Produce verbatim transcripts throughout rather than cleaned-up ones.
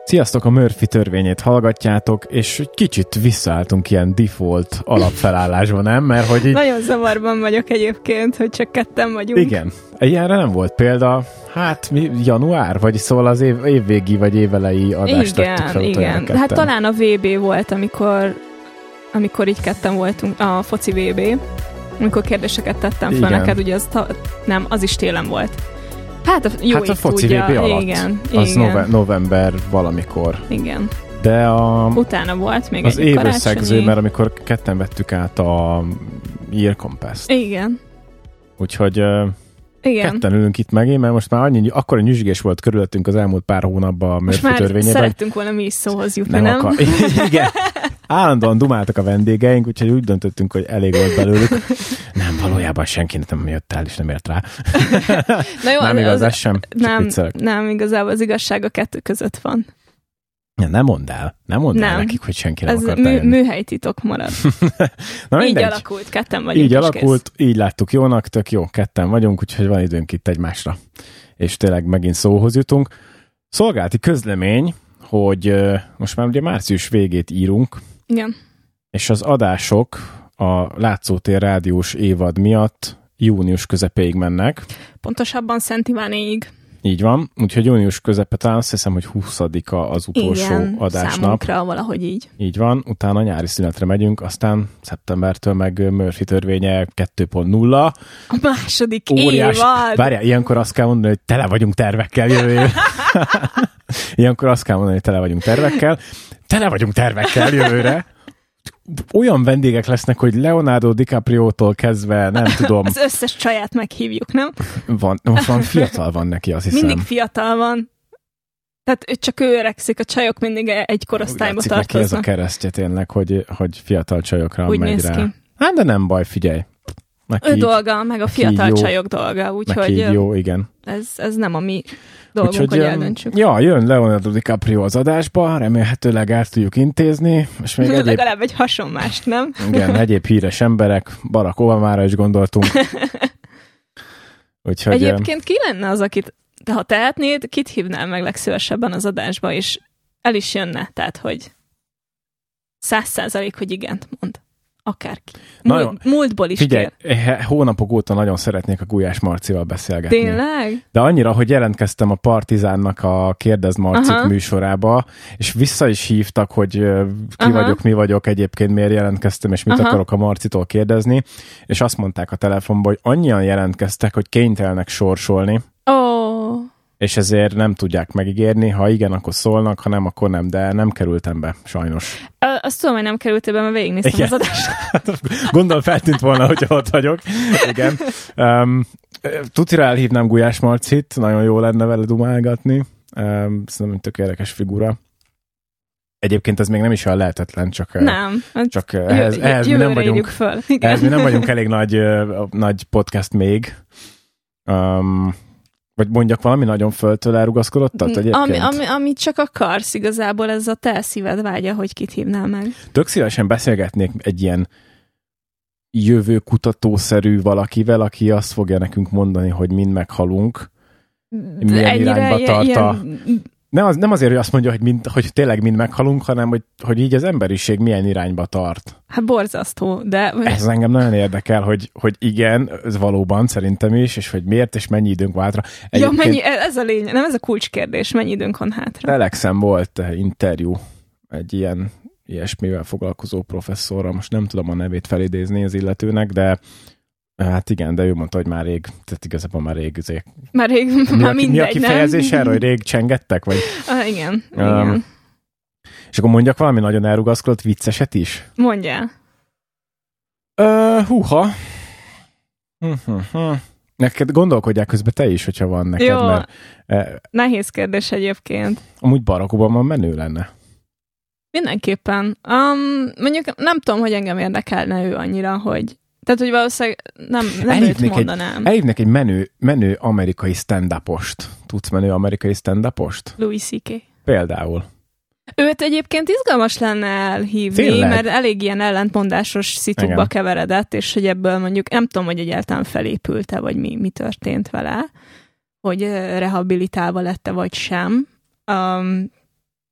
Sziasztok, a Murphy törvényét hallgatjátok, és kicsit visszaálltunk ilyen default alapfelállásba, nem? Mert hogy így... Nagyon zavarban vagyok egyébként, hogy csak ketten vagyunk. Igen. Ilyenre nem volt példa, hát mi, január, vagy szóval az év, évvégi vagy évelei adást igen, tettük fel. Igen, igen. Hát talán a vé bé volt, amikor, amikor így ketten voltunk, a foci vé bé, amikor kérdéseket tettem fel igen. neked, ugye az, ta, nem, az is télen volt. Hát a, jó hát a foci tudja. vé bé alatt. Igen, az igen. Nove- november valamikor. Igen. De a... Utána volt még az egy évösszegző, karácsonyi... mert amikor ketten vettük át a Year Compass-t. Igen. Úgyhogy uh, igen. ketten ülünk itt megint, mert most már annyi, akkora nyüzsgés volt körülöttünk az elmúlt pár hónapban a Murphy törvényében. Most már szerettünk volna mi is szóhoz jutni, nem? nem? Akar... Igen. Állandóan dumáltak a vendégeink, úgyhogy úgy döntöttünk, hogy elég volt belőlük. Nem, valójában senki nem jött el, és nem ért rá. Na jó, nem igaz, az, ez sem. Nem, nem, igazából az igazság a kettő között van. Ja, nem mondd el. Nem mondd nem. el nekik, hogy senki nem ez akart mű, eljönni. műhelytitok marad. Na, így alakult, ketten vagyunk. Így alakult, kész. Így láttuk jónak, tök jó, ketten vagyunk, úgyhogy van időnk itt egymásra. És tényleg megint szóhoz jutunk. Szolgálati közlemény, hogy most már ugye március végét írunk. Igen. És az adások a Látszótér rádiós évad miatt június közepéig mennek. Pontosabban Szent Ivánéig. Így van, úgyhogy június közepe talán azt hiszem, hogy huszadika az utolsó igen, adásnap. számunkra valahogy így. Így van, utána nyári szünetre megyünk, aztán szeptembertől meg Murphy törvénye kettő pont nulla. A második óriás. évad! Várjál, ilyenkor azt kell mondani, hogy tele vagyunk tervekkel jövő. Ilyenkor azt kell mondani, hogy tele vagyunk tervekkel. Tele vagyunk tervekkel jövőre. Olyan vendégek lesznek, hogy Leonardo DiCaprio-tól kezdve, nem tudom. Az összes csaját meghívjuk, nem? Van, most van fiatal van neki, azt hiszem. Mindig fiatal van. Tehát csak ő öregszik, a csajok mindig egy korosztályba Úgy tartoznak. Neki ez a keresztje tényleg, hogy, hogy fiatal csajokra úgy megy néz rá. Ki. Hát de nem baj, figyelj. Neki ő így, dolga, meg a fiatal csajok dolga, úgyhogy jó, igen. Ez, ez nem a mi dolgunk, úgyhogy, hogy eldöntsük. Ja, jön Leonardo DiCaprio az adásba, remélhetőleg el tudjuk intézni. És még egyéb... Legalább egy hasonmást, nem? Igen, egyéb híres emberek, Barack Obamára is gondoltunk. Úgyhogy, egyébként ki lenne az, akit, de ha tehetnéd, kit hívnál meg legszívesebben az adásba, és el is jönne, tehát, hogy száz százalék, hogy igent mond. Akárki. Múlt, múltból is figyelj, kér. hónapok óta nagyon szeretnék a Gulyás Marcival beszélgetni. Tényleg? De annyira, hogy jelentkeztem a Partizánnak a Kérdezd Marcit Aha. műsorába, és vissza is hívtak, hogy ki Aha. vagyok, mi vagyok, egyébként miért jelentkeztem, és mit Aha. akarok a Marcitól kérdezni, és azt mondták a telefonban, hogy annyian jelentkeztek, hogy kénytelenek sorsolni. Ó. Oh. És ezért nem tudják megígérni, ha igen, akkor szólnak, ha nem, akkor nem, de nem kerültem be, sajnos. Azt tudom, hogy nem kerültél be, mert végignéztem igen. az adást. Gondolom feltűnt volna, hogyha ott vagyok. Igen. Um, tutira elhívnám Gulyás Marcit, nagyon jó lenne vele dumálgatni. Um, szerintem tök érdekes figura. Egyébként ez még nem is olyan lehetetlen, csak, nem. csak ehhez, Jö, ehhez, mi nem vagyunk, föl. ehhez mi nem vagyunk elég nagy, nagy podcast még. Um, Vagy mondjak valami nagyon föltől elrugaszkodottat egyébként? Ami, ami, amit csak akarsz, igazából ez a te szíved vágya, hogy kit hívnál meg. Tök szívesen beszélgetnék egy ilyen jövőkutatószerű valakivel, aki azt fogja nekünk mondani, hogy mind meghalunk, milyen Ennyire irányba tart ilyen... a... Nem, az, nem azért, hogy azt mondja, hogy, mind, hogy tényleg mind meghalunk, hanem hogy, hogy így az emberiség milyen irányba tart. Hát borzasztó, de... Ez engem nagyon érdekel, hogy, hogy igen, ez valóban szerintem is, és hogy miért, és mennyi időnk van hátra. Egyébként... Ja, mennyi, ez a lényeg, nem ez a kulcskérdés, mennyi időnk van hátra. Telexen volt interjú egy ilyen ilyesmivel foglalkozó professzorra, most nem tudom a nevét felidézni az illetőnek, de hát igen, de ő mondta, hogy már rég, tehát igazából már rég azért. Már rég, mi már a, mindegy, mi a kifejezés nem? erre, hogy rég csengettek? Vagy? Ah, igen, um, igen. És akkor mondjak valami nagyon elrugaszkodott vicceset is? Mondjál. Uh, húha. Uh-huh. Neked gondolkodják közben te is, hogyha van neked. Jó, mert, uh, nehéz kérdés egyébként. Amúgy Barack Obama menő lenne. Mindenképpen. Um, mondjuk nem tudom, hogy engem érdekelne ő annyira, hogy tehát, hogy valószínűleg nem, nem őt mondanám. Egy, elhívnék egy menő, menő amerikai stand-upost. Tudsz menő amerikai stand-upost? Louis C K. Például. Őt egyébként izgalmas lenne elhívni, Tényleg? mert elég ilyen ellentmondásos szitukba Igen. keveredett, és hogy ebből mondjuk nem tudom, hogy egyáltalán felépült-e, vagy mi, mi történt vele, hogy rehabilitálva lett-e, vagy sem. Um,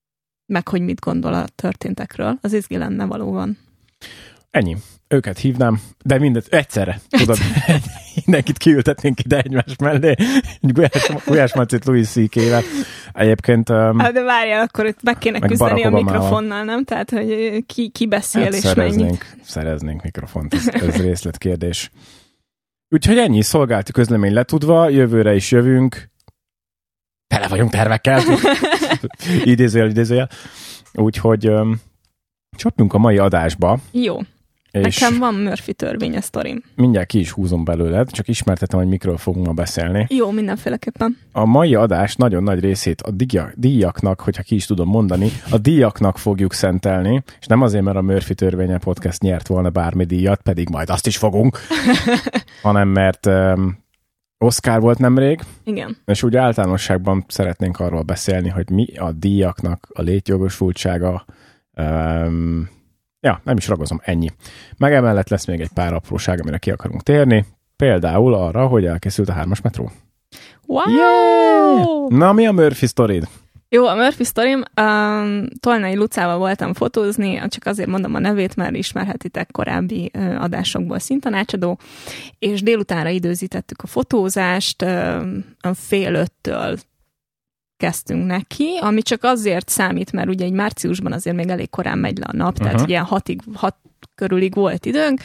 meg hogy mit gondol a történtekről. Az izgi lenne valóban. Ennyi. Őket hívnám, de mindet egyszerre. Tudod, mindenkit kiültetnénk ide egymás mellé. Gulyás, Gulyás Marcit Louis cé ká-vel. Egyébként... Um, hát de várjál, akkor itt meg kéne meg küzdeni a mikrofonnal, nem? Tehát, hogy ki, ki beszél hát és szereznénk, mennyit. Szereznénk mikrofont, ez, ez részletkérdés. Úgyhogy ennyi, szolgálti közlemény letudva, jövőre is jövünk. Tele vagyunk tervekkel. idézőjel, idézőjel. Úgyhogy um, csapjunk a mai adásba. Jó. Nekem van Murphy törvénye sztorim. Mindjárt ki is húzom belőled, csak ismertetem, hogy mikről fogunk ma beszélni. Jó, mindenféleképpen. A mai adás nagyon nagy részét a díjaknak, hogyha ki is tudom mondani, a díjaknak fogjuk szentelni, és nem azért, mert a Murphy törvénye podcast nyert volna bármi díjat, pedig majd azt is fogunk, hanem mert um, Oscar volt nemrég. Igen. És úgy általánosságban szeretnénk arról beszélni, hogy mi a díjaknak a létjogosultsága. Um, Ja, nem is ragozom, ennyi. Meg emellett lesz még egy pár apróság, amire ki akarunk térni. Például arra, hogy elkészült a hármas metró. Wow! Yeah! Na, mi a Murphy sztorid? Jó, a Murphy sztorim. Um, Tolnai Lucával voltam fotózni, csak azért mondom a nevét, mert ismerhetitek korábbi uh, adásokból színtanácsadó, és délutánra időzítettük a fotózást, um, fél öttől kezdtünk neki, ami csak azért számít, mert ugye egy márciusban azért még elég korán megy le a nap, uh-huh. tehát ugye hatig, hat körülig volt időnk,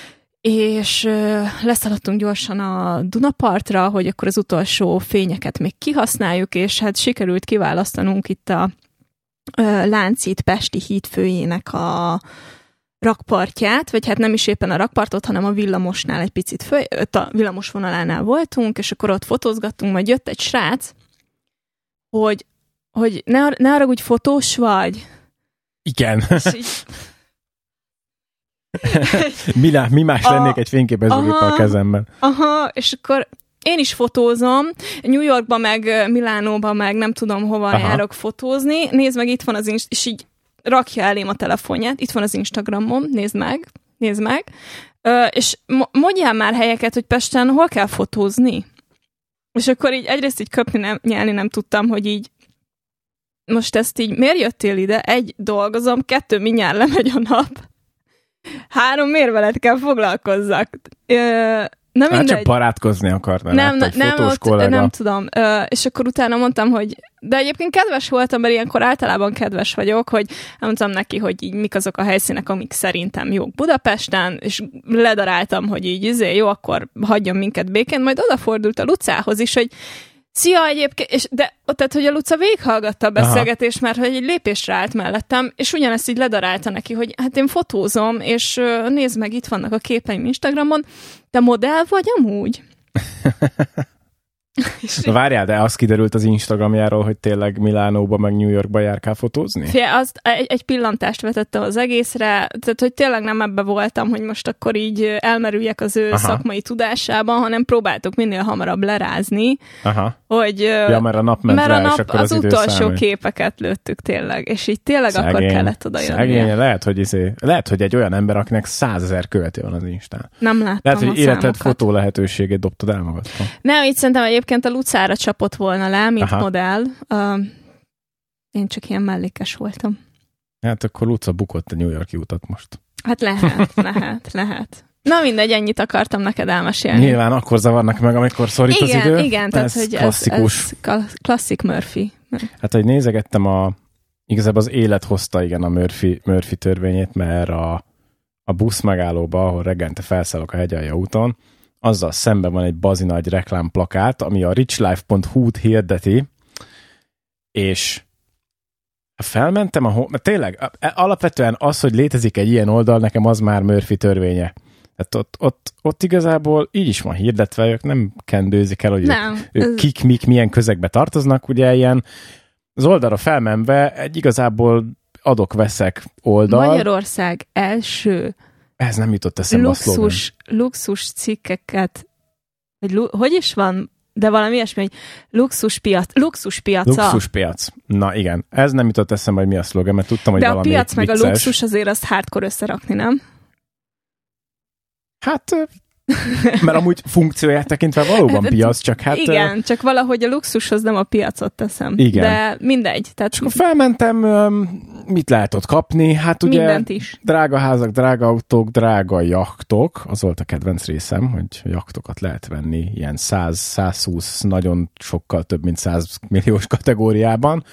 és uh, leszaladtunk gyorsan a Dunapartra, hogy akkor az utolsó fényeket még kihasználjuk, és hát sikerült kiválasztanunk itt a uh, Lánchíd Pesti hídfőjének a rakpartját, vagy hát nem is éppen a rakpartot, hanem a villamosnál egy picit föl, a villamos vonalánál voltunk, és akkor ott fotózgattunk, majd jött egy srác, hogy, hogy ne, ne arra, hogy fotós vagy. Igen. Így... mi, lá, mi más a... lennék egy fényképezőgéppel a kezemben. Aha, és akkor én is fotózom, New Yorkba meg Milánóba meg nem tudom hova aha. járok fotózni. Nézd meg, itt van az Inst- és így rakja elém a telefonját, itt van az Instagramom, nézd meg, nézd meg, Ö, és mondjál már helyeket, hogy Pesten hol kell fotózni. És akkor így egyrészt így köpni, nem, nyelni nem tudtam, hogy így most ezt így miért jöttél ide? Egy, dolgozom, kettő, mindjárt lemegy a nap. Három, miért veled kell foglalkozzak? Ö, Na hát csak barátkozni akartál, nem, egy nem, fotós ott, kollega. Nem tudom. Ö, és akkor utána mondtam, hogy de egyébként kedves voltam, mert ilyenkor általában kedves vagyok, hogy mondtam neki, hogy így mik azok a helyszínek, amik szerintem jók Budapesten, és ledaráltam, hogy így izé, jó, akkor hagyjon minket békén, majd odafordult a Lucához is, hogy szia egyébként, és de tehát, hogy a Luca végighallgatta a beszélgetést, mert hogy egy lépésre állt mellettem, és ugyanezt így ledarálta neki, hogy hát én fotózom, és uh, nézd meg, itt vannak a képeim Instagramon, te modell vagy amúgy? Na várjál, de az kiderült az Instagramjáról, hogy tényleg Milánóba meg New Yorkba járkál fotózni? Fie, azt egy, egy pillantást vetette az egészre, tehát hogy tényleg nem ebbe voltam, hogy most akkor így elmerüljek az ő aha. szakmai tudásában, hanem próbáltuk minél hamarabb lerázni, aha. hogy ja, mert a nap ment mert rá, a nap, és akkor az, az utolsó számít. Képeket lőttük tényleg, és így tényleg szegény, akkor kellett oda jönni. Szegény, lehet, hogy izé, lehet, hogy egy olyan ember, akinek százezer követő van az Instán. Nem láttam lehet, hogy a életed számokat. fotó lehetőségét dobtad el magadtól. Nem, így szerintem egyébként a Lucára csapott volna le, mint aha. modell. Uh, én csak ilyen mellékes voltam. Hát akkor Luca bukott a New York-i utat most. Hát lehet, lehet, lehet. Na mindegy, ennyit akartam neked elmesélni. Nyilván akkor zavarnak meg, amikor szorít igen, az idő. Igen, tehát ez hogy klasszikus. Ez, ez klasszik Murphy. Hát, hogy nézegettem a igazából az élet hozta igen a Murphy, Murphy törvényét, mert a, a busz megállóba, ahol reggelente felszállok a Hegyalja úton, azzal szemben van egy bazi nagy reklámplakát, ami a richlife pont hu-t hirdeti, és felmentem, a, mert tényleg alapvetően az, hogy létezik egy ilyen oldal, nekem az már Murphy törvénye. Tehát ott, ott, ott igazából így is van hirdetve, ők nem kendőzik el, hogy nem, ők, ők kik, mik, milyen közegbe tartoznak, ugye ilyen az oldalra felmenve egy igazából adok-veszek oldal. Magyarország első ez nem jutott eszembe luxus, a luxus cikkeket, vagy hogy is van, de valami ilyesmi, hogy luxus piac, luxus piaca. Luxus piac. Na igen, ez nem jutott eszembe, hogy mi a szlogen, mert tudtam, hogy de valami de a piac vicces. Meg a luxus azért azt hardcore összerakni, nem? Hát Mert amúgy funkcióját tekintve valóban piac, csak hát... Igen, csak valahogy a luxushoz nem a piacot teszem. Igen. De mindegy. Tehát... És akkor felmentem, mit lehet ott kapni? Hát ugye mindent is. Drága házak, drága autók, drága jachtok. Az volt a kedvenc részem, hogy jachtokat lehet venni ilyen száz százhúsz, nagyon sokkal több, mint száz milliós kategóriában.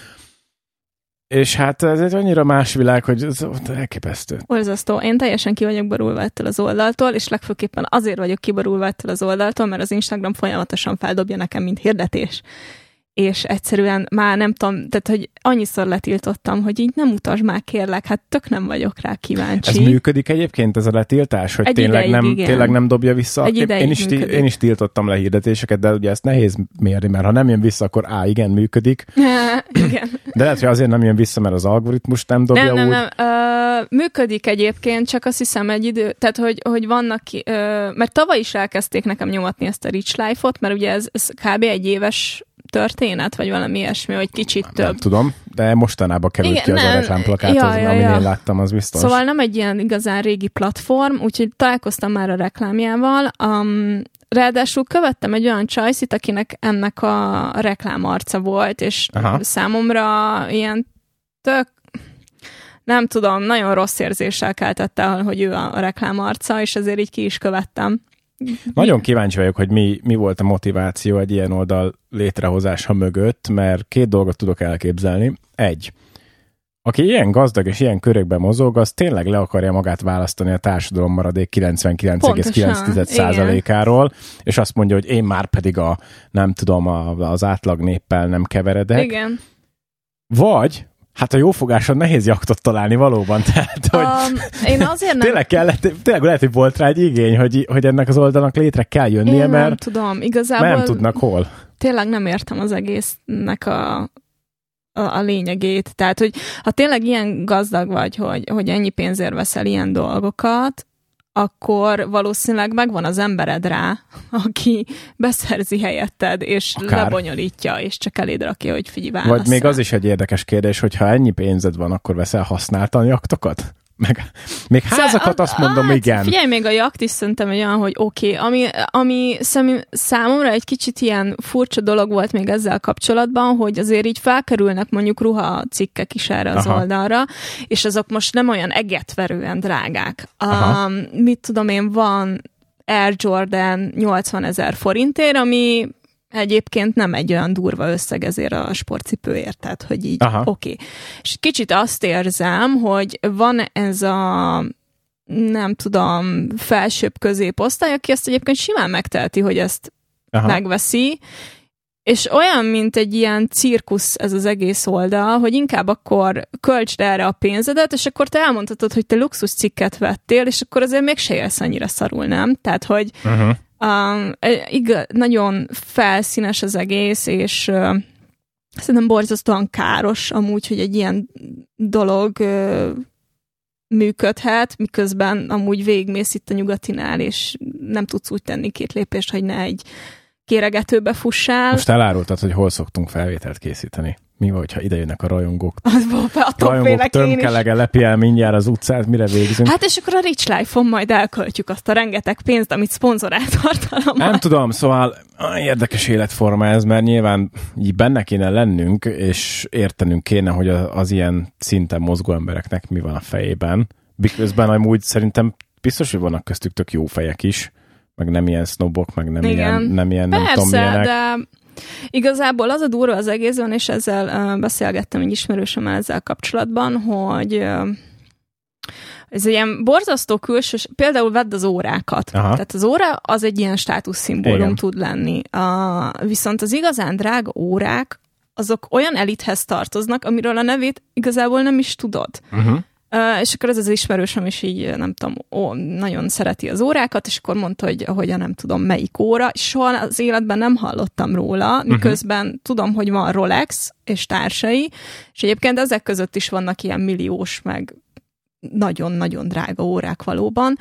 És hát ez egy annyira más világ, hogy ez elképesztő. Borzasztó. Én teljesen ki vagyok borulva ettől az oldaltól, és legfőképpen azért vagyok kiborulva ettől az oldaltól, mert az Instagram folyamatosan feldobja nekem, mint hirdetés. És egyszerűen már nem tudom, tehát hogy annyiszor letiltottam, hogy így nem utasd már, kérlek, hát tök nem vagyok rá kíváncsi. Ez működik egyébként, ez a letiltás, hogy tényleg ideig, nem, tényleg nem dobja vissza? Egy ideig én, is, én is tiltottam le hirdetéseket, de ugye ezt nehéz mérni, mert ha nem jön vissza, akkor á, igen, működik. Igen. De lehet, hogy azért nem jön vissza, mert az algoritmus nem dobja nem, úgy. Nem, nem, uh, működik egyébként, csak azt hiszem egy idő, tehát hogy, hogy vannak, uh, mert tavaly is elkezdték nekem nyomatni ezt a Rich Life-ot, mert ugye ez, ez kb. Egy éves történet, vagy valami ilyesmi, vagy kicsit nem, több. Nem tudom, de mostanában került igen, ki az nem, a reklámplakát, ja, az, ja, amin ja. én láttam, az biztos. Szóval nem egy ilyen igazán régi platform, úgyhogy találkoztam már a reklámjával. Um, ráadásul követtem egy olyan csajszit, akinek ennek a reklámarca volt, és aha. számomra ilyen tök nem tudom, nagyon rossz érzéssel keltett el, hogy ő a reklámarca, és ezért így ki is követtem. Nagyon kíváncsi vagyok, hogy mi, mi volt a motiváció egy ilyen oldal létrehozása mögött, mert két dolgot tudok elképzelni. Egy, aki ilyen gazdag és ilyen körökben mozog, az tényleg le akarja magát választani a társadalom maradék kilencvenkilenc egész kilenc százalékáról, és azt mondja, hogy én már pedig a, nem tudom, a, az átlag néppel nem keveredek. Igen. Vagy hát a jófogáson nehéz jachtot találni valóban, tehát, hogy um, én azért nem... tényleg, kellett, tényleg lehet, hogy volt rá egy igény, hogy, hogy ennek az oldalnak létre kell jönnie, én mert nem tudom, igazából nem tudnak hol. Tényleg nem értem az egésznek a, a, a lényegét. Tehát, hogy ha tényleg ilyen gazdag vagy, hogy, hogy ennyi pénzért veszel ilyen dolgokat, akkor valószínűleg megvan az embered rá, aki beszerzi helyetted, és akár lebonyolítja, és csak eléd rakja, hogy figyelj, válasszál. Vagy még az is egy érdekes kérdés, hogy ha ennyi pénzed van, akkor veszel használtan jachtokat? Meg, még házakat azt mondom, hát, igen. Figyelj, még a jacht is szerintem olyan, hogy oké, okay. ami, ami számomra egy kicsit ilyen furcsa dolog volt még ezzel kapcsolatban, hogy azért így felkerülnek mondjuk ruhacikkek is erre az aha. oldalra, és azok most nem olyan egetverően drágák. Um, mit tudom én, van Air Jordan nyolcvanezer forintért, ami egyébként nem egy olyan durva összeg ezért a sportcipőért, tehát hogy így oké. Okay. És kicsit azt érzem, hogy van ez a nem tudom, felsőbb középosztály, aki ezt egyébként simán megteheti, hogy ezt aha. megveszi, és olyan, mint egy ilyen cirkusz ez az egész oldal, hogy inkább akkor költsd erre a pénzedet, és akkor te elmondhatod, hogy te luxus cikket vettél, és akkor azért mégse élsz annyira szarul, nem? Tehát, hogy uh-huh. Um, igaz, nagyon felszínes az egész, és uh, szerintem borzasztóan káros amúgy, hogy egy ilyen dolog uh, működhet, miközben amúgy végigmész itt a nyugatinál, és nem tudsz úgy tenni két lépést, hogy ne egy kéregetőbe fussál. Most elárultad, hogy hol szoktunk felvételt készíteni. Mi van, hogyha ide jönnek a rajongók? Az a rajongók tömkelege lepi el mindjárt az utcát, mire végzünk? Hát és akkor a Rich Life-on majd elköltjük azt a rengeteg pénzt, amit szponzorált tartalommal. Nem tudom, szóval érdekes életforma ez, mert nyilván így benne kéne lennünk, és értenünk kéne, hogy az ilyen szinten mozgó embereknek mi van a fejében. Miközben amúgy szerintem biztos, hogy vannak köztük tök jó fejek is, meg nem ilyen sznobok, meg nem igen. ilyen, nem ilyen Persze, nem tudom milyenek. De igazából az a durva az egészben, és ezzel uh, beszélgettem egy ismerősömmel ezzel kapcsolatban, hogy uh, ez egy ilyen borzasztó külsős, például vedd az órákat. Aha. Tehát az óra az egy ilyen státuszszimbólum igen. tud lenni. Uh, viszont az igazán drága órák, azok olyan elithez tartoznak, amiről a nevét igazából nem is tudod. Uh-huh. Uh, és akkor ez az ismerősöm is így, nem tudom, ó, nagyon szereti az órákat, és akkor mondta, hogy, hogy nem tudom, melyik óra, és soha az életben nem hallottam róla, miközben uh-huh. tudom, hogy van Rolex és társai, és egyébként ezek között is vannak ilyen milliós, meg nagyon-nagyon drága órák valóban.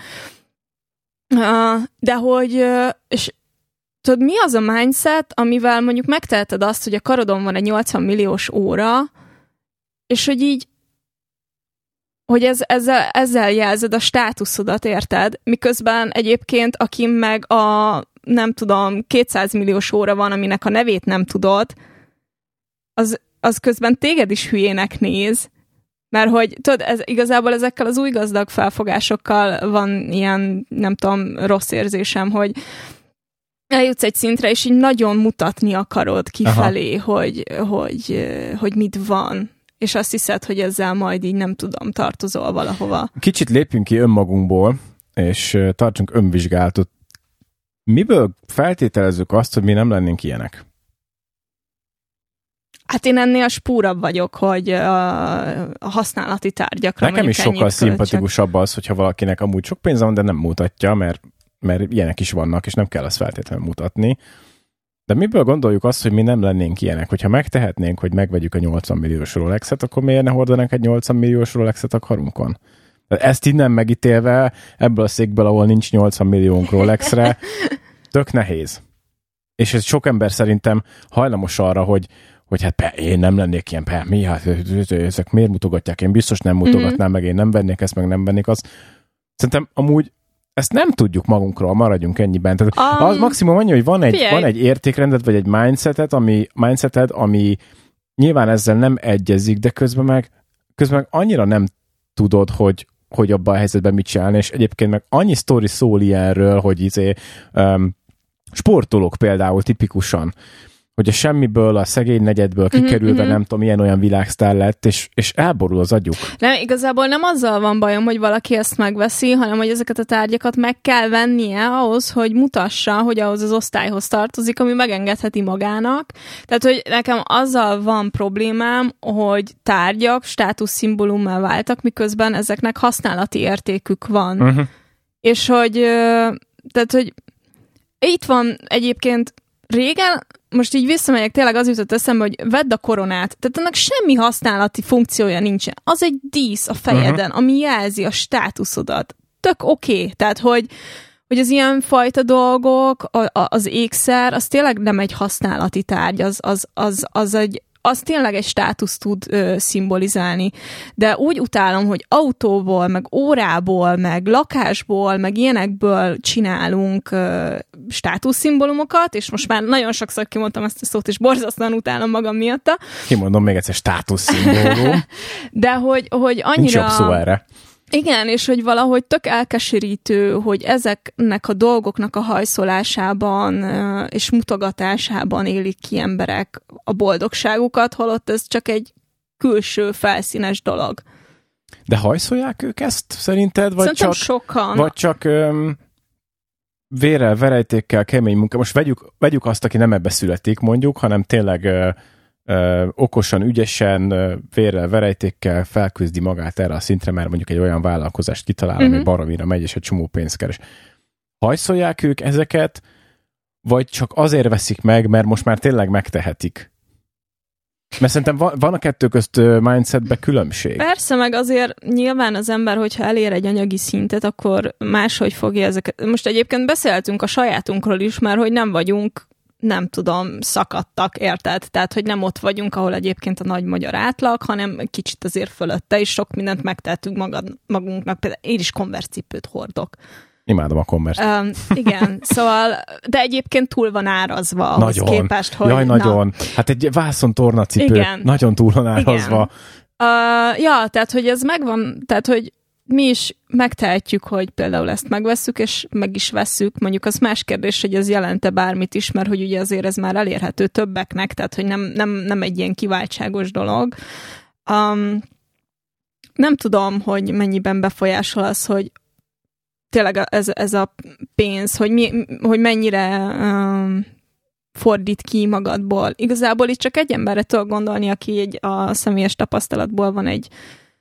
Uh, de hogy, uh, és tudod, mi az a mindset, amivel mondjuk megteheted azt, hogy a karodon van egy nyolcvan milliós óra, és hogy így hogy ez, ezzel, ezzel jelzed a státuszodat, érted? Miközben egyébként, aki meg a, nem tudom, kétszáz milliós óra van, aminek a nevét nem tudod, az, az közben téged is hülyének néz, mert hogy tudod, ez, igazából ezekkel az új gazdag felfogásokkal van ilyen, nem tudom, rossz érzésem, hogy eljutsz egy szintre, és így nagyon mutatni akarod kifelé, hogy, hogy, hogy mit van. És azt hiszed, hogy ezzel majd így nem tudom, tartozol valahova. Kicsit lépjünk ki önmagunkból, és tartsunk önvizsgálatot. Miből feltételezzük azt, hogy mi nem lennénk ilyenek? Hát én ennél spúrabb vagyok, hogy a, a használati tárgyakra nekem is sokkal szimpatikusabb az, hogyha valakinek amúgy sok pénze van, de nem mutatja, mert, mert ilyenek is vannak, és nem kell azt feltétlenül mutatni. De miből gondoljuk azt, hogy mi nem lennénk ilyenek? Hogyha megtehetnénk, hogy megvegyük a nyolcvan milliós Rolexet, akkor miért ne hordanánk egy nyolcvan milliós Rolexet a karunkon? Ezt innen megítélve, ebből a székből, ahol nincs nyolcvan milliónk Rolexre, tök nehéz. És ez sok ember szerintem hajlamos arra, hogy, hogy hát pe, én nem lennék ilyen, pe, mi, hát ezek miért mutogatják? Én biztos nem mutogatnám, mm-hmm. meg én nem vennék ezt, meg nem vennék azt. Szerintem amúgy ezt nem tudjuk magunkról, maradjunk ennyiben. Tehát um, az maximum annyi, hogy van egy, van egy értékrendet, vagy egy mindsetet, ami, mindseted, ami nyilván ezzel nem egyezik, de közben meg, közben meg annyira nem tudod, hogy, hogy abban a helyzetben mit csinálni, és egyébként meg annyi sztori szól ilyenről, hogy izé, um, sportolók például tipikusan, hogy a semmiből, a szegény negyedből kikerülve, mm-hmm. nem tudom, ilyen olyan világsztár lett, és, és elborul az agyuk. Nem, igazából nem azzal van bajom, hogy valaki ezt megveszi, hanem hogy ezeket a tárgyakat meg kell vennie ahhoz, hogy mutassa, hogy ahhoz az osztályhoz tartozik, ami megengedheti magának. Tehát, hogy nekem azzal van problémám, hogy tárgyak státuszszimbólummá váltak, miközben ezeknek használati értékük van. Uh-huh. És hogy, tehát, hogy itt van egyébként régen, most így visszamegyek, tényleg az jutott eszembe, hogy vedd a koronát. Tehát ennek semmi használati funkciója nincsen. Az egy dísz a fejeden, uh-huh. ami jelzi a státuszodat. Tök oké. Okay. Tehát, hogy, hogy az ilyen fajta dolgok, a, a, az ékszer, az tényleg nem egy használati tárgy, az, az, az, az egy az tényleg egy státuszt tud ö, szimbolizálni. De úgy utálom, hogy autóból, meg órából, meg lakásból, meg ilyenekből csinálunk ö, státuszszimbólumokat, és most már nagyon sokszor kimondtam ezt a szót, és borzasztóan utálom magam miatta. Kimondom még egyszer, státuszszimbólum. De hogy, hogy annyira... Nincs jobb szó erre. Igen, és hogy valahogy tök elkeserítő, hogy ezeknek a dolgoknak a hajszolásában és mutogatásában élik ki emberek a boldogságukat, holott ez csak egy külső, felszínes dolog. De hajszolják ők ezt szerinted? Vagy Szerintem csak, sokan. Vagy csak öm, vérrel, verejtékkel, kemény munka. Most vegyük, vegyük azt, aki nem ebbe születik, mondjuk, hanem tényleg... Ö, Ö, okosan, ügyesen, ö, vérrel, verejtékkel felküzdi magát erre a szintre, mert mondjuk egy olyan vállalkozást kitalál, uh-huh. ami baromira megy, és egy csomó pénzt keres. Hajszolják ők ezeket, vagy csak azért veszik meg, mert most már tényleg megtehetik? Mert szerintem van, van a kettő közt mindsetbe különbség. Persze, meg azért nyilván az ember, hogyha elér egy anyagi szintet, akkor máshogy fogja ezeket. Most egyébként beszéltünk a sajátunkról is, mert hogy nem vagyunk nem tudom, szakadtak, érted? Tehát, hogy nem ott vagyunk, ahol egyébként a nagy magyar átlag, hanem kicsit azért fölötte, és sok mindent megtehetünk magad, magunknak. Például én is konverszcipőt hordok. Imádom a Converse. Um, igen, szóval, de egyébként túl van árazva ahhoz nagyon. képest, hogy... Jaj, nagyon. Na. Hát egy vászon tornacipő, igen. Nagyon túl van árazva. Uh, ja, tehát, hogy ez megvan, tehát, hogy mi is megtehetjük, hogy például ezt megvesszük, és meg is vesszük. Mondjuk az más kérdés, hogy ez jelente bármit is, mert hogy ugye azért ez már elérhető többeknek, tehát hogy nem, nem, nem egy ilyen kiváltságos dolog. Um, nem tudom, hogy mennyiben befolyásol az, hogy tényleg ez, ez a pénz, hogy, mi, hogy mennyire um, fordít ki magadból. Igazából itt csak egy emberre tudok gondolni, aki egy, a személyes tapasztalatból van egy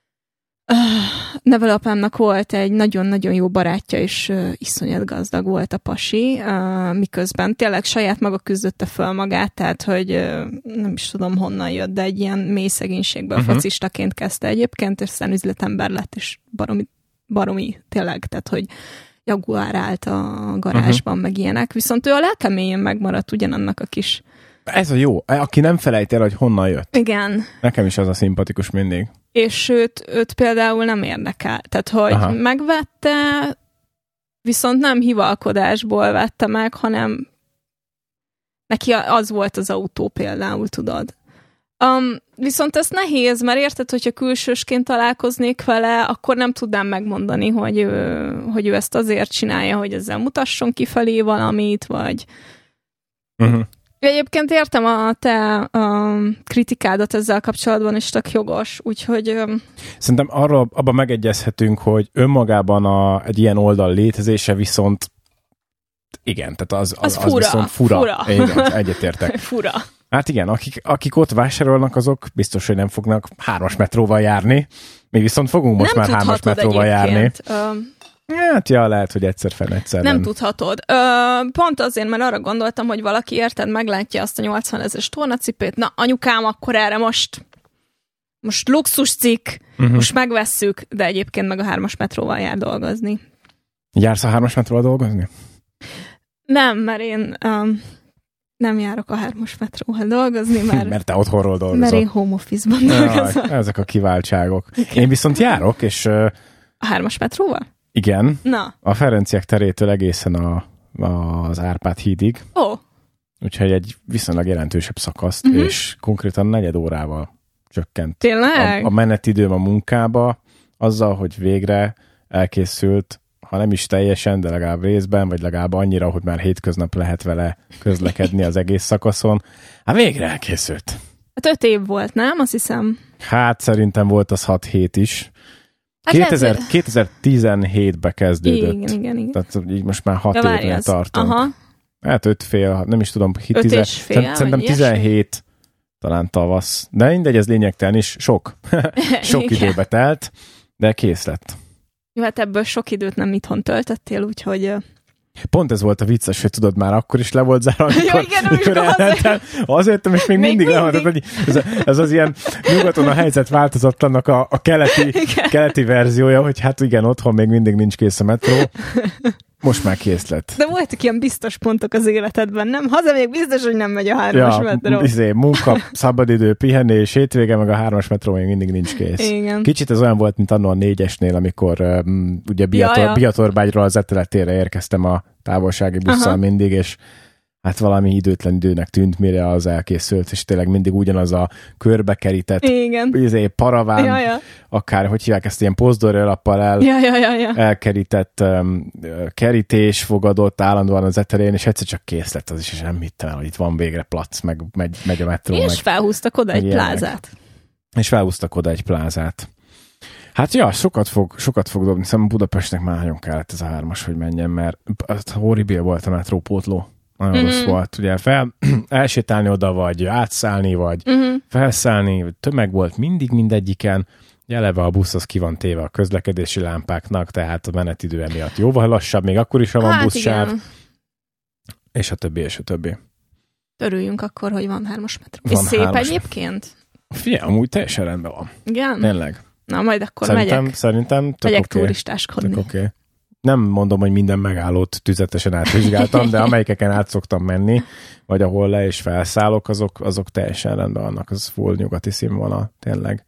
nevelőapámnak volt egy nagyon-nagyon jó barátja, és uh, iszonyat gazdag volt a pasi, uh, miközben tényleg saját maga küzdötte föl magát, tehát, hogy uh, nem is tudom honnan jött, de egy ilyen mély szegénységből uh-huh. focistaként kezdte egyébként, és aztán üzletember lett, és baromi, baromi tényleg, tehát, hogy Jaguar állt a garázsban, uh-huh. meg ilyenek, viszont ő a lelkeméjén megmaradt ugyanannak a kis Ez a jó. Aki nem felejt el, hogy honnan jött. Igen. Nekem is az a szimpatikus mindig. És őt, őt például nem érdekel. Tehát, hogy Aha. megvette, viszont nem hivalkodásból vette meg, hanem neki az volt az autó például, tudod. Um, viszont ez nehéz, mert érted, hogyha külsősként találkoznék vele, akkor nem tudnám megmondani, hogy ő, hogy ő ezt azért csinálja, hogy ezzel mutasson kifelé valamit, vagy... Uh-huh. Egyébként értem a te a kritikádat ezzel kapcsolatban, is tök jogos, úgyhogy... Um... Szerintem arra abban megegyezhetünk, hogy önmagában a, egy ilyen oldal létezése viszont igen, tehát az, az, az, az fura, viszont fura. fura. Igen, egyetértek. Fura. Hát igen, akik, akik ott vásárolnak, azok biztos, hogy nem fognak hármas metróval járni. Mi viszont fogunk most nem már hármas metróval egyébként. járni. Um... Hát ja, lehet, hogy egyszer fenn egyszer nem. Nem nem. tudhatod. Ö, pont azért, mert arra gondoltam, hogy valaki érted, meglátja azt a nyolcvanezres tornacipőt, na anyukám, akkor erre most most luxus cikk, uh-huh. most megvesszük, de egyébként meg a hármas metróval jár dolgozni. Jársz a hármas metróval dolgozni? Nem, mert én um, nem járok a hármas metróval dolgozni, mert... mert te otthonról dolgozol. Mert én home office-ban dolgozom. Ja, ezek a kiváltságok. Okay. Én viszont járok, és... Uh, a hármas metróval? Igen. Na. A Ferenciek terétől egészen a, a, az Árpád hídig. Ó. Oh. Úgyhogy egy viszonylag jelentősebb szakaszt, uh-huh. és konkrétan negyed órával csökkent. Tényleg? A, a menetidőm a munkába, azzal, hogy végre elkészült, ha nem is teljesen, de legalább részben, vagy legalább annyira, hogy már hétköznap lehet vele közlekedni az egész szakaszon. Hát végre elkészült. Hát öt év volt, nem? Azt hiszem. Hát szerintem volt az hat hét is. Hát kétezer, lehet, kétezer-tizenhétben kezdődött. Igen, igen, igen. Tehát így most már hat ja, évnél tartunk. Aha. Hát öt fél, nem is tudom. Öt tizen, és fél, szerintem tizenhét, talán tavasz. De mindegy, ez lényegtelen is. Sok. Sok időbe telt, de kész lett. Jó, hát ebből sok időt nem itthon töltöttél, úgyhogy... Pont ez volt a vicces, hogy tudod, már akkor is le volt zárva, amikor, ja, igen, amikor elmentem. Azért, és még, még mindig, mindig. le hogy ez, ez az ilyen nyugaton a helyzet változatlannak a, a keleti, keleti verziója, hogy hát igen, otthon még mindig nincs kész a metró. Most már kész lett. De voltak ilyen biztos pontok az életedben, nem? Haza még biztos, hogy nem megy a hármas ja, metró. Izé, munka, szabadidő, pihenés, hétvége, meg a hármas metró még mindig nincs kész. Igen. Kicsit ez olyan volt, mint annól a négyesnél, amikor um, ugye Biator, ja, ja. Biatorbágyról az eteletére érkeztem a távolsági busszal Aha. mindig, és hát valami időtlen időnek tűnt, mire az elkészült, és tényleg mindig ugyanaz a körbekerített izé, paraván, ja, ja. akár, hogy hívják ezt, ilyen pozdorőlappal el, ja, ja, ja, ja. elkerített um, kerítés fogadott állandóan az eterén, és egyszer csak kész lett az is, és nem hittem el, hogy itt van végre plac, meg megy, megy a metró. És meg, felhúztak oda egy plázát. És felhúztak oda egy plázát. Hát ja, sokat fog, sokat fog dobni, szerintem Budapestnek már nagyon kellett ez a hármas, hogy menjen, mert horribil volt a metrópótló. Nagyon mm-hmm. rossz volt. Ugye fel, elsétálni oda, vagy átszállni, vagy mm-hmm. felszállni, tömeg volt mindig mindegyiken. Eleve a busz az ki van téve a közlekedési lámpáknak, tehát a menetidő emiatt jóval lassabb, még akkor is, ha van hát buszsáv. Igen. És a többi, és a többi. Örüljünk akkor, hogy van hármas metró. Van és szép hármas egyébként? Figyelj, amúgy teljesen rendben van. Igen? Tényleg. Na, majd akkor szerintem, megyek. Szerintem tök megyek okay. turistáskodni. Tök okay. Nem mondom, hogy minden megállót tüzetesen átvizsgáltam, de amelyikeken át szoktam menni, vagy ahol le és felszállok, azok, azok teljesen rendben vannak. Az full nyugati színvonal, tényleg.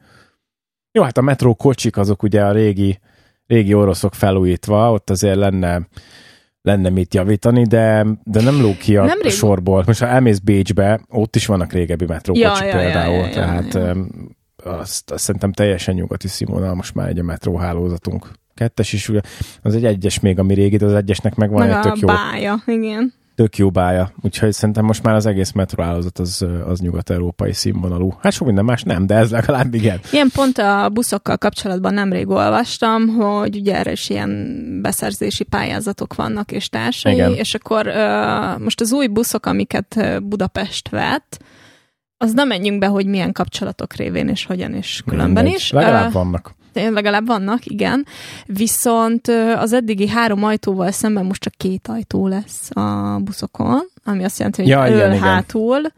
Jó, hát a metró kocsik azok ugye a régi, régi oroszok felújítva, ott azért lenne, lenne mit javítani, de, de nem lóg ki a nem sorból. Most ha elmész Bécsbe, ott is vannak régebbi metrókocsik ja, például, ja, ja, ja, tehát ja, ja. Azt, azt szerintem teljesen nyugati színvonal most már egy a metróhálózatunk. Kettes is, az egy egyes még, ami régi, de az egyesnek meg van meg egy tök jó bája, igen. Tök jó bája. Úgyhogy szerintem most már az egész metróhálózat az, az nyugat-európai színvonalú. Hát sok minden más nem, de ez legalább igen. Ilyen pont a buszokkal kapcsolatban nemrég olvastam, hogy ugye erre is ilyen beszerzési pályázatok vannak és társai, igen. És akkor uh, most az új buszok, amiket Budapest vett, az nem menjünk be, hogy milyen kapcsolatok révén és hogyan és különben Mindegy. is. Legalább uh, vannak. Legalább vannak, igen. Viszont az eddigi három ajtóval szemben most csak két ajtó lesz a buszokon, ami azt jelenti, hogy ja, elől hátul, igen.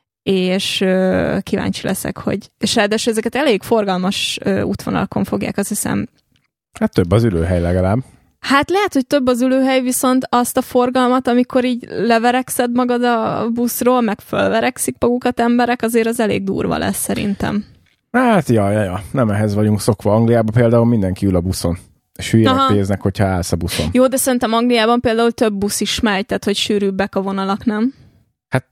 És uh, kíváncsi leszek, hogy és ráadásul ezeket elég forgalmas uh, útvonalakon fogják, azt hiszem. Hát több az ülőhely legalább. Hát lehet, hogy több az ülőhely, viszont azt a forgalmat, amikor így leverekszed magad a buszról, meg fölverekszik magukat emberek, azért az elég durva lesz szerintem. Hát, ja, ja, ja. Nem ehhez vagyunk szokva. Angliában például mindenki ül a buszon. És hülyének néznek, hogyha állsz a buszon. Jó, de szerintem Angliában például több busz is megy, tehát hogy sűrűbbek a vonalak, nem? Hát,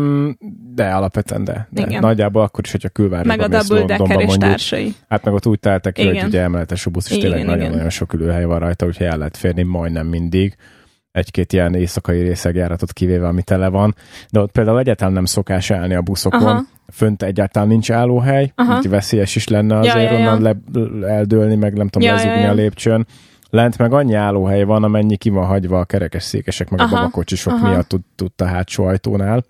de alapvetően, de, de nagyjából akkor is, hogyha külvárosban meg a double decker és társai. Hát meg ott úgy teltek ki, hogy ugye emeletes a busz, és tényleg nagyon-nagyon sok ülőhely van rajta, úgyhogy el lehet férni majdnem mindig. Egy-két ilyen éjszakai részegjáratot kivéve, ami tele van. De ott például egyáltalán nem szokás állni a buszokon. Aha. Fönt egyáltalán nincs állóhely, így veszélyes is lenne azért ja, ja, ja. onnan le, eldőlni, meg nem tudom, ja, lezugni ja, ja. a lépcsőn. Lent meg annyi állóhely van, amennyi ki van hagyva a kerekesszékesek, meg aha, a babakocsisok aha. miatt tud, tud a hátsó ajtónál.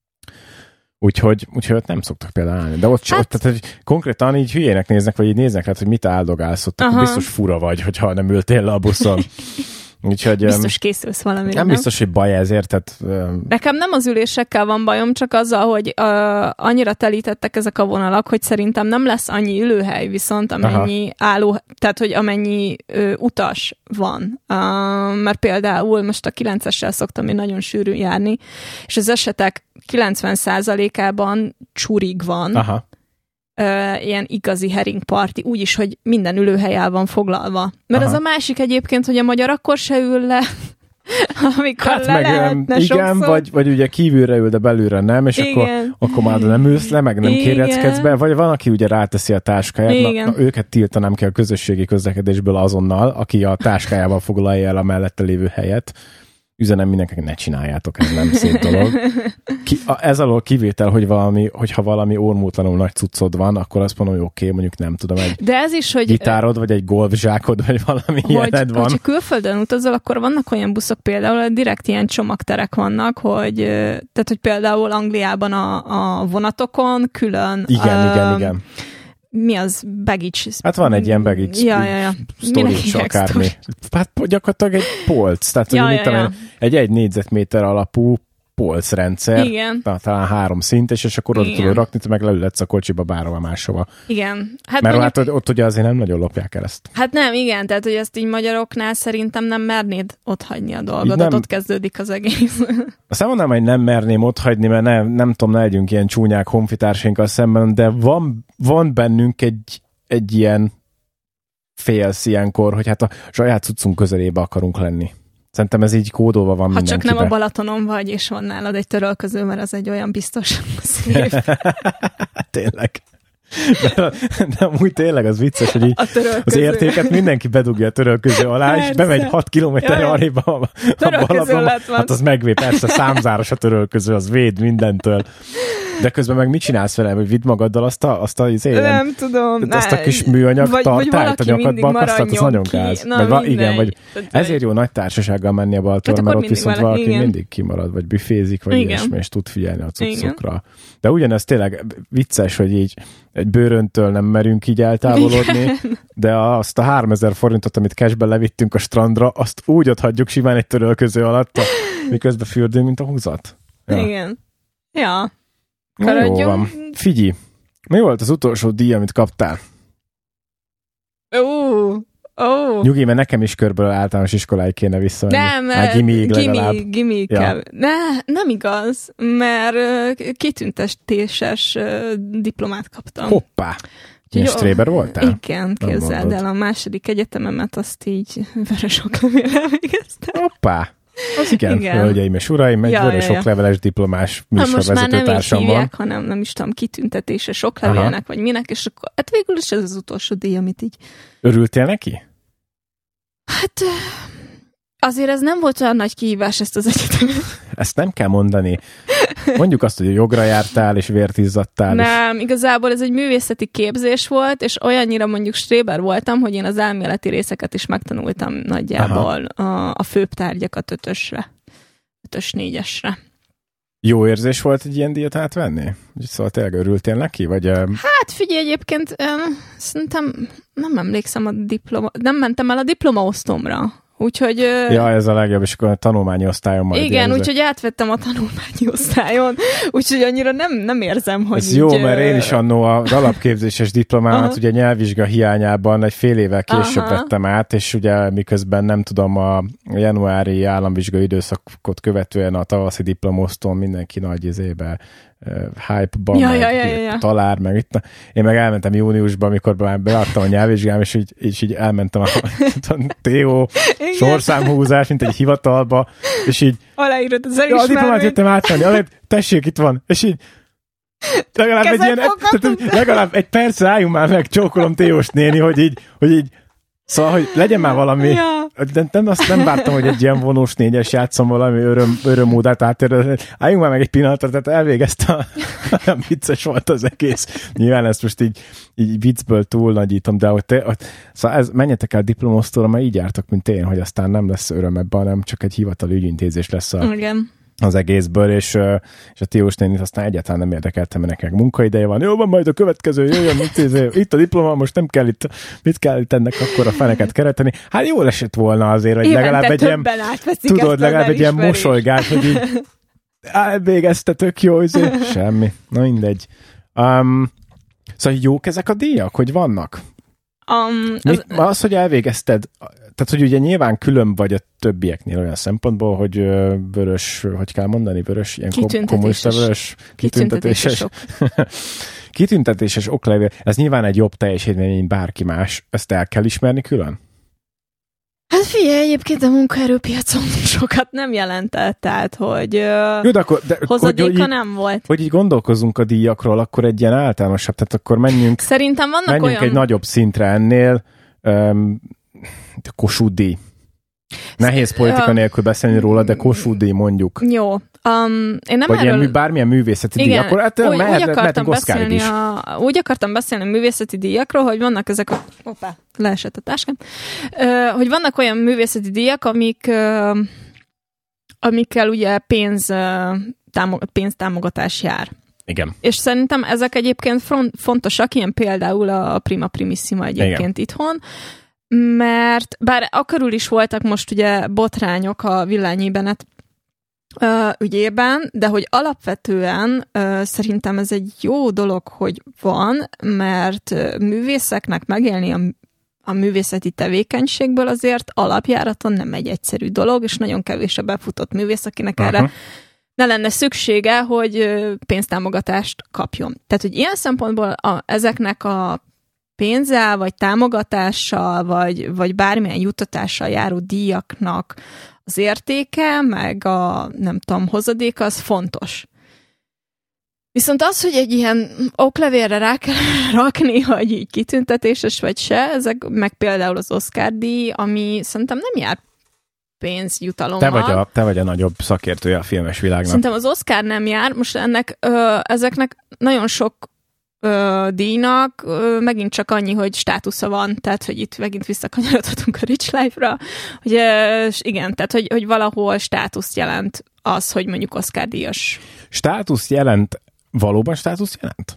Úgyhogy, úgyhogy ott nem szoktak például állni. De ott, hát... ott tehát, hogy konkrétan így hülyének néznek, vagy így néznek, hát, hogy mit áldogálsz ott, akkor biztos fura vagy, hogyha nem ültél le a buszon. Úgyhogy, biztos készülsz valamire, nem? Nem biztos, hogy baj ezért. Tehát, um... Nekem nem az ülésekkel van bajom, csak azzal, hogy uh, annyira telítettek ezek a vonalak, hogy szerintem nem lesz annyi ülőhely, viszont amennyi aha. álló, tehát hogy amennyi uh, utas van. Uh, mert például most a kilencessel szoktam én nagyon sűrűn járni, és az esetek kilencven százalékában csurig van. Aha. Uh, ilyen igazi heringparti, úgyis, hogy minden ülőhely el van foglalva. Mert aha. az a másik egyébként, hogy a magyar akkor se ül le, amikor hát le meg, lehetne igen, sokszor. vagy, vagy ugye kívülre ül, de belülre nem, és akkor, akkor már nem ülsz le, meg nem kéreckedsz be, vagy van, aki ugye ráteszi a táskáját, na, na, őket tiltanám ki a közösségi közlekedésből azonnal, aki a táskájával foglalja el a mellette lévő helyet. Üzenem mindenkinek, ne csináljátok, ez nem szép dolog. Ki, a, ez alól kivétel, hogy valami, hogyha valami ormótlanul nagy cuccod van, akkor azt mondom, hogy oké, okay, mondjuk nem tudom, egy de ez is, hogy gitárod, vagy egy golfzsákod, vagy valami ilyened van. Hogyha külföldön utazol, akkor vannak olyan buszok például, direkt ilyen csomagterek vannak, hogy, tehát, hogy például Angliában a, a vonatokon külön... Igen, uh, igen, igen. Mi az? Baggage? Hát van egy ilyen baggage ja, ja, ja. storage akármi. Hát gyakorlatilag egy polc, tehát ja, ja, ja. egy egy négyzetméter alapú polcrendszer, igen. Na, talán három szintes, és akkor oda tudod rakni, meg leülhetsz a kocsiba bárhova máshova. Igen. Hát mert mondjuk, hát ott ugye azért nem nagyon lopják el ezt. Hát nem, igen, tehát hogy ezt így magyaroknál szerintem nem mernéd otthagyni a dolgodat, ott kezdődik az egész. Azt nem mondanám, hogy nem merném otthagyni, mert nem, nem tudom, ne legyünk ilyen csúnyák honfitársainkkal szemben, de van, van bennünk egy, egy ilyen félsz ilyenkor, hogy hát a saját cuccunk közelébe akarunk lenni. Szerintem ez így kódolva van ha mindenkibe. Ha csak nem a Balatonon vagy, és van nálad egy törölköző, mert az egy olyan biztos szép. Tényleg. De, de amúgy tényleg az vicces, hogy így az értéket mindenki bedugja a törölköző alá, persze. És bemegy hat kilométerre arrébb a, a Balaton. Hát az megvé, persze, számzáros a törölköző, az véd mindentől. De közben meg mit csinálsz vele, hogy vidd magaddal azt a, azt a, az élen, nem tudom, azt a kis műanyag vagy, tartályt a nyakadba akasztat, az nagyon gáz. Na, vagy, igen, vagy ezért jó nagy társasággal menni a Balatonra, mert ott viszont valaki, valaki mindig kimarad, vagy büfézik, vagy ilyesmi, és tud figyelni a cuccokra. De ugyanez tényleg vicces, hogy így egy bőröntől nem merünk így eltávolodni, igen. De azt a háromezer forintot, amit cashben levittünk a strandra, azt úgy ott hagyjuk simán egy törölköző alatt, miközben fürdünk, mint a húzat. Ja. Igen. Ja. Jó van. Figyelj, mi volt az utolsó díj, amit kaptál? Ó, uh, ó. Uh. Nyugi, mert nekem is körből általános iskoláig kéne visszamenni. Nem, mert gimiig legalább. Gimi, gimi ja. kell. Ne, nem igaz, mert uh, kitüntetéses uh, diplomát kaptam. Hoppá! Ilyen stréber voltál? Igen, képzeld el, a második egyetememet azt így vörös oklevéllel végeztem. Hoppá! Az igen, igen. Hölgyeim és uraim, egy ja, vörös ja, ja. okleveles diplomás műsorvezető társam van. Hívják, hanem nem is tudom, kitüntetéses oklevélnek, vagy minek, és akkor hát végül is ez az utolsó díj, amit így... Örültél neki? Hát azért ez nem volt olyan nagy kihívás ezt az egyetemet. Ezt nem kell mondani. Mondjuk azt, hogy jogra jártál, és vért izzadtál. Nem, és... igazából ez egy művészeti képzés volt, és olyannyira mondjuk stréber voltam, hogy én az elméleti részeket is megtanultam nagyjából a, a főbb tárgyakat ötösre. Ötös, négyesre. Jó érzés volt egy ilyen díjat átvenni? Szóval tényleg örültél neki? Vagy, hát figyelj, egyébként szerintem nem emlékszem a diploma, nem mentem el a diplomaosztomra, Úgyhogy... Ja, ez a legjobb, és akkor a tanulmányi osztályon majd igen, érzek. Úgyhogy átvettem a tanulmányi osztályon, úgyhogy annyira nem, nem érzem, hogy ez így, jó, mert én is annó az alapképzéses diplomámat ugye nyelvvizsga hiányában egy fél évvel később Aha. vettem át, és ugye miközben nem tudom, a januári államvizsgai időszakot követően a tavaszi diplomosztón mindenki nagy izébe hype-ban, ja, meg ja, ja, ja. talár, meg itt. Én meg elmentem júniusban, amikor már beadtam a nyelvvizsgám, és így, és így elmentem a, a té o sorszámhúzás, mint egy hivatalba, és így aláírod az elismervényt. Ja, a diplomát jöttem átvenni, alá, tessék, itt van, és így legalább egy, ilyen, tehát, legalább egy perc álljunk már meg, csókolom té ó-s néni, hogy így, hogy így szóval, hogy legyen már valami, ja. de nem, azt nem vártam, hogy egy ilyen vonós négyes játszom valami öröm, örömódát átérő. Álljunk már meg egy pillanatra, tehát elvégezte, a, olyan vicces volt az egész. Nyilván ezt most így, így viccből túlnagyítom, de hogy te, hogy, szóval ez, menjetek el diplomosztóra, mert így jártak, mint én, hogy aztán nem lesz öröm ebben, hanem csak egy hivatali ügyintézés lesz a, igen. az egészből, és, és a té ó-s nénit aztán egyáltalán nem érdekelte, mert nekem munkaideje van. Jó, van majd a következő, jöjjön, mit, itt a diploma, most nem kell itt, mit kell itt ennek akkor a feneket kereteni. Hát jól esett volna azért, hogy Évente legalább egy ilyen, tudod, legalább egy ilyen mosolygás, hogy így elvégezte, tök jó, azért. Semmi. Na mindegy. Um, szóval jók ezek a díjak, hogy vannak? Um, az, Mit, az, hogy elvégezted, tehát, hogy ugye nyilván külön vagy a többieknél olyan szempontból, hogy ö, vörös, hogy kell mondani, vörös, ilyen kommunista vörös, kitüntetéses, kitüntetéses oklevél, ez nyilván egy jobb teljesítmény, mint bárki más. Ezt el kell ismerni külön? Hát figyelj, egyébként a munkaerőpiacon sokat nem jelentett, tehát, hogy Jó, de akkor, de, hozadéka hogy, hogy nem így, volt. Hogy így gondolkozunk a díjakról, akkor egy ilyen általánosabb, tehát akkor menjünk, Szerintem vannak menjünk olyan... egy nagyobb szintre ennél, um, Kossuth díj. Nehéz politika nélkül beszélni róla, de Kossuth díj mondjuk. Jó. Um, én nem Vagy erről... ilyen, bármilyen művészeti díj, akkor hát úgy, mehet, úgy, akartam beszélni is. a, úgy akartam beszélni a művészeti díjakról, hogy vannak ezek a... Hoppá, leesett a táskám. Uh, hogy vannak olyan művészeti díjak, amik, uh, amikkel ugye pénz, uh, támog, pénztámogatás jár. Igen. És szerintem ezek egyébként front, fontosak, ilyen például a Prima Primissima egyébként Igen. itthon, mert bár akörül is voltak most ugye botrányok a Villányi Bennett uh, ügyében, de hogy alapvetően uh, szerintem ez egy jó dolog, hogy van, mert uh, művészeknek megélni a, a művészeti tevékenységből azért alapjáraton nem egy egyszerű dolog, és nagyon kevés a befutott művész, akinek uh-huh. erre ne lenne szüksége, hogy pénztámogatást kapjon. Tehát, hogy ilyen szempontból a, ezeknek a pénzzel, vagy támogatással, vagy, vagy bármilyen juttatással járó díjaknak az értéke, meg a, nem tudom, hozadéka, az fontos. Viszont az, hogy egy ilyen oklevélre rá kell rakni, hogy így kitüntetéses vagy se, ezek meg például az Oscar-díj, ami szerintem nem jár pénzjutalommal. Te vagy, a, te vagy a nagyobb szakértője a filmes világnak. Szerintem az Oscar nem jár, most ennek, ö, ezeknek nagyon sok ö, díjnak ö, megint csak annyi, hogy státusza van, tehát, hogy itt megint visszakanyarodhatunk a Rich Life-ra, hogy ö, igen, tehát, hogy, hogy valahol státuszt jelent az, hogy mondjuk Oscar díjas. Státuszt jelent, valóban státuszt jelent?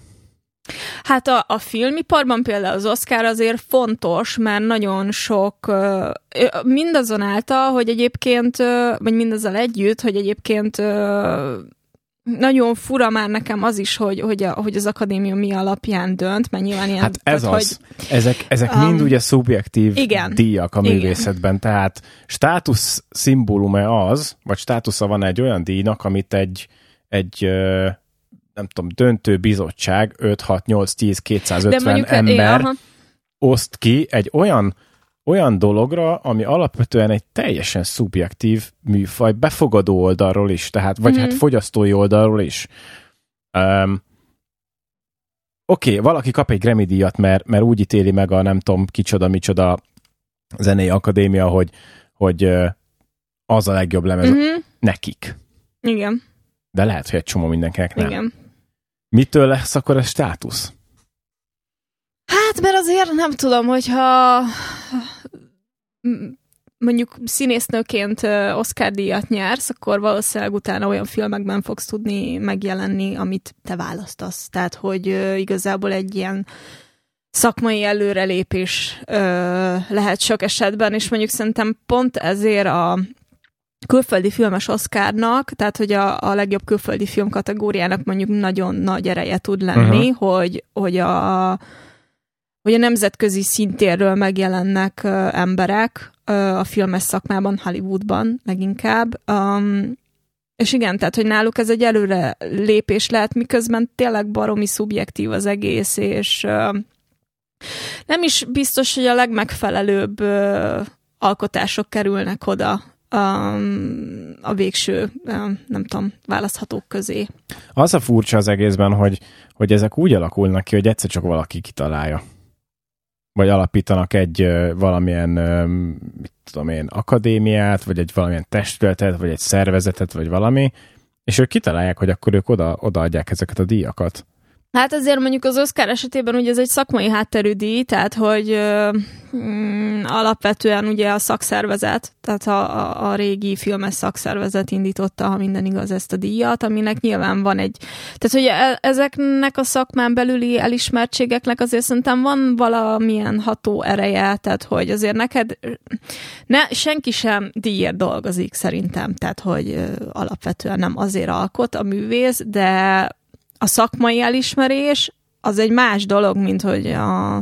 Hát a, a filmiparban például az Oscar azért fontos, mert nagyon sok, mindazonáltal, hogy egyébként, vagy mindazzal együtt, hogy egyébként nagyon fura már nekem az is, hogy, hogy, a, hogy az akadémia mi alapján dönt, mert nyilván ilyen... Hát ez tehát, az. Hogy, ezek ezek um, mind ugye szubjektív igen, díjak a művészetben, igen. Tehát státusz szimbóluma az, vagy státusza van egy olyan díjnak, amit egy, egy nem tudom, döntő bizottság öt, hat, nyolc, tíz, kétszázötven ember igen, oszt ki egy olyan, olyan dologra, ami alapvetően egy teljesen szubjektív műfaj, befogadó oldalról is, tehát, vagy mm-hmm. hát fogyasztói oldalról is. Um, Oké, okay, valaki kap egy Grammy díjat, mert, mert úgy ítéli meg a nem tudom, kicsoda, micsoda zenei akadémia, hogy, hogy az a legjobb lemez mm-hmm. nekik. Igen. De lehet, hogy egy csomó mindenkinek nem. Igen. Mitől lesz akkor a státusz? Hát, mert azért nem tudom, hogyha mondjuk színésznőként Oscar-díjat nyersz, akkor valószínűleg utána olyan filmekben fogsz tudni megjelenni, amit te választasz. Tehát, hogy igazából egy ilyen szakmai előrelépés ö, lehet sok esetben, és mondjuk szerintem pont ezért a külföldi filmes Oscarnak, tehát hogy a, a legjobb külföldi film kategóriának mondjuk nagyon nagy ereje tud lenni, uh-huh. hogy, hogy, a, hogy a nemzetközi szintérről megjelennek uh, emberek uh, a filmes szakmában, Hollywoodban leginkább. Um, és igen, tehát hogy náluk ez egy előre lépés lehet, miközben tényleg baromi szubjektív az egész, és uh, nem is biztos, hogy a legmegfelelőbb uh, alkotások kerülnek oda Um, a végső, um, nem tudom, választhatók közé. Az a furcsa az egészben, hogy, hogy ezek úgy alakulnak ki, hogy egyszer csak valaki kitalálja. Vagy alapítanak egy uh, valamilyen, um, mit tudom én, akadémiát, vagy egy valamilyen testületet, vagy egy szervezetet, vagy valami, és ők kitalálják, hogy akkor ők oda, odaadják ezeket a díjakat. Hát azért mondjuk az Oscar esetében ugye ez egy szakmai hátterű díj, tehát hogy ö, mm, alapvetően ugye a szakszervezet, tehát a, a, a régi filmes szakszervezet indította, ha minden igaz, ezt a díjat, aminek nyilván van egy... Tehát hogy ezeknek a szakmán belüli elismertségeknek azért szerintem van valamilyen ható ereje, tehát hogy azért neked ne, senki sem díjért dolgozik szerintem, tehát hogy ö, alapvetően nem azért alkot a művész, de a szakmai elismerés az egy más dolog, mint hogy a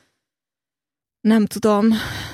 nem tudom,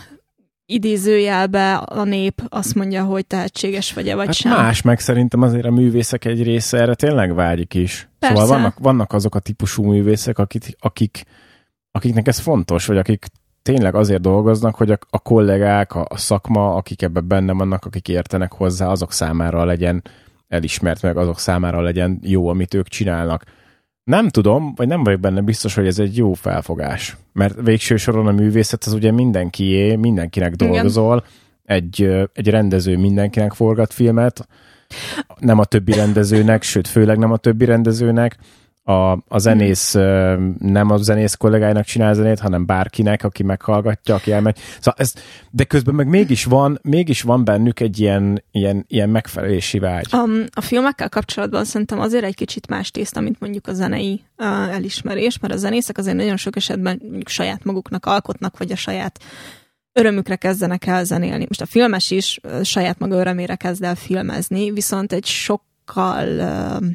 idézőjelbe a nép azt mondja, hogy tehetséges vagy-e, vagy hát sem. Más, meg szerintem azért a művészek egy része erre tényleg vágyik is. Persze. Szóval vannak, vannak azok a típusú művészek, akik, akik, akiknek ez fontos, vagy akik tényleg azért dolgoznak, hogy a, a kollégák, a, a szakma, akik ebben benne vannak, akik értenek hozzá, azok számára legyen elismert, meg azok számára legyen jó, amit ők csinálnak. Nem tudom, vagy nem vagyok benne biztos, hogy ez egy jó felfogás. Mert végső soron a művészet az ugye mindenkié, mindenkinek dolgozol. Egy, egy rendező mindenkinek forgat filmet, nem a többi rendezőnek, sőt, főleg nem a többi rendezőnek. A, a zenész nem a zenész kollégáinak csinál zenét, hanem bárkinek, aki meghallgatja, aki elmegy. Szóval ez, de közben meg mégis van, mégis van bennük egy ilyen, ilyen, ilyen megfelelési vágy. Um, a filmekkel kapcsolatban szerintem azért egy kicsit más tészta, mint mondjuk a zenei uh, elismerés, mert a zenészek azért nagyon sok esetben mondjuk saját maguknak alkotnak, vagy a saját örömükre kezdenek el zenélni. Most a filmes is uh, saját maga örömére kezd el filmezni, viszont egy sokkal uh,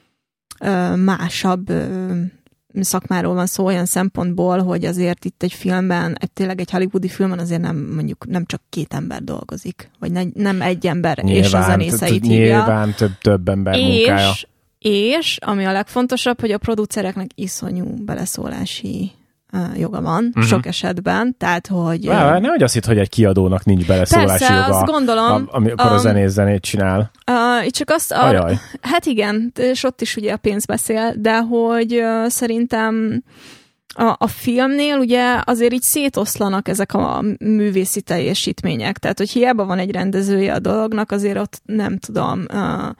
másabb szakmáról van szó olyan szempontból, hogy azért itt egy filmben, egy, tényleg egy hollywoodi filmben azért nem mondjuk nem csak két ember dolgozik, vagy ne, nem egy ember nyilván, és a zenészeit hívja. Nyilván több, több ember és, munkája. És, ami a legfontosabb, hogy a producereknek iszonyú beleszólási uh, joga van, uh-huh. sok esetben, tehát, hogy... Vá, nehogy azt hitt, hogy egy kiadónak nincs beleszólási persze, joga, azt gondolom, amikor um, a zenész zenét csinál. Uh, itt csak azt... A, hát igen, és ott is ugye a pénz beszél, de hogy uh, szerintem a, a filmnél ugye azért így szétoszlanak ezek a művészi teljesítmények, tehát, hogy hiába van egy rendezője a dolognak, azért ott nem tudom... Uh,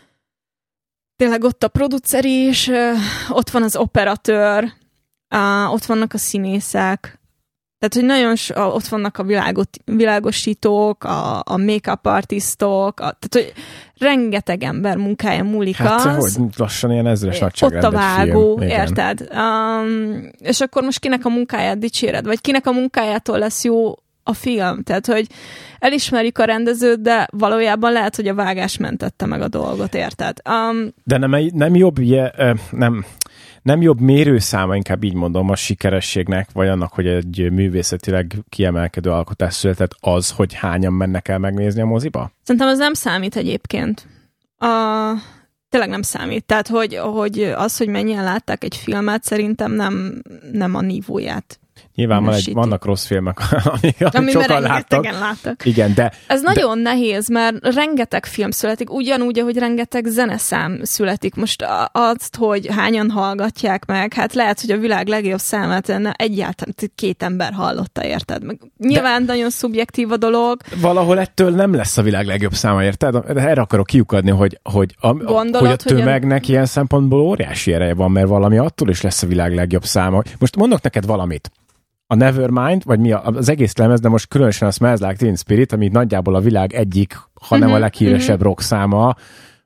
tényleg ott a producer is, uh, ott van az operatőr, Uh, ott vannak a színészek, tehát, hogy nagyon so, ott vannak a világot, világosítók, a, a make-up artistok, a, tehát, hogy rengeteg ember munkája múlik hát, az. hogy lassan ilyen ezres nagyságrend ott a vágó, film. érted? Um, és akkor most kinek a munkáját dicséred, vagy kinek a munkájától lesz jó a film? Tehát, hogy elismerjük a rendezőt, de valójában lehet, hogy a vágás mentette meg a dolgot, érted? Um, de nem, nem jobb, je, nem... Nem jobb mérőszáma, inkább így mondom, a sikerességnek, vagy annak, hogy egy művészetileg kiemelkedő alkotás született, az, hogy hányan mennek el megnézni a moziba? Szerintem az nem számít egyébként. A... Tényleg nem számít. Tehát, hogy, hogy az, hogy mennyien látták egy filmet, szerintem nem, nem a nívóját. Nyilván van egy, vannak rossz filmek, amik, amik sokan láttak. láttak. Igen, de... Ez de... nagyon nehéz, mert rengeteg film születik, ugyanúgy, ahogy rengeteg zeneszám születik. Most azt, hogy hányan hallgatják meg, hát lehet, hogy a világ legjobb számát egyáltalán két ember hallotta, érted? Meg nyilván de... nagyon szubjektív a dolog. Valahol ettől nem lesz a világ legjobb száma, érted? De erre akarok kiukadni, hogy, hogy, a, Gondolod, hogy a tömegnek hogy a... ilyen szempontból óriási ereje van, mert valami attól is lesz a világ legjobb száma. Most mondok neked valamit. A Nevermind, vagy mi a, az egész lemez, de most különösen a Smells Like Teen Spirit, ami nagyjából a világ egyik, ha nem uh-huh, a leghíresebb uh-huh. rock száma,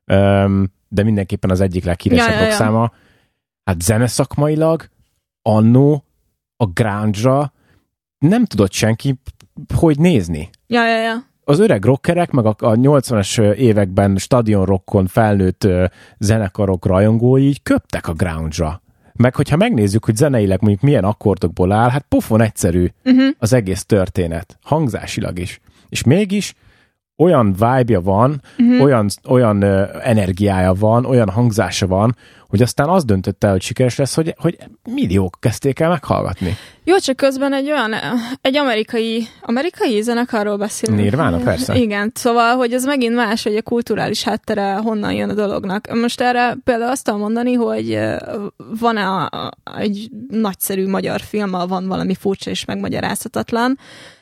de mindenképpen az egyik leghíresebb ja, rock ja, ja. száma. Hát zeneszakmailag annó a grunge-ra nem tudott senki hogy nézni. Ja, ja, ja. Az öreg rockerek, meg a, a nyolcvanas években stadion rockon felnőtt uh, zenekarok rajongói így köptek a grunge-ra. Meg hogyha megnézzük, hogy zeneileg mondjuk milyen akkordokból áll, hát pofon egyszerű uh-huh. az egész történet. Hangzásilag is. És mégis olyan vibe-ja van, uh-huh. olyan, olyan uh, energiája van, olyan hangzása van, hogy aztán az döntött el, hogy sikeres lesz, hogy, hogy milliók kezdték el meghallgatni. Jó, csak közben egy olyan, egy amerikai, amerikai zenekarról beszélünk. Nirvana, persze. Igen, szóval, hogy ez megint más, hogy a kulturális háttere honnan jön a dolognak. Most erre például azt tudom mondani, hogy van-e a, a, egy nagyszerű magyar film, van valami furcsa és megmagyarázhatatlan,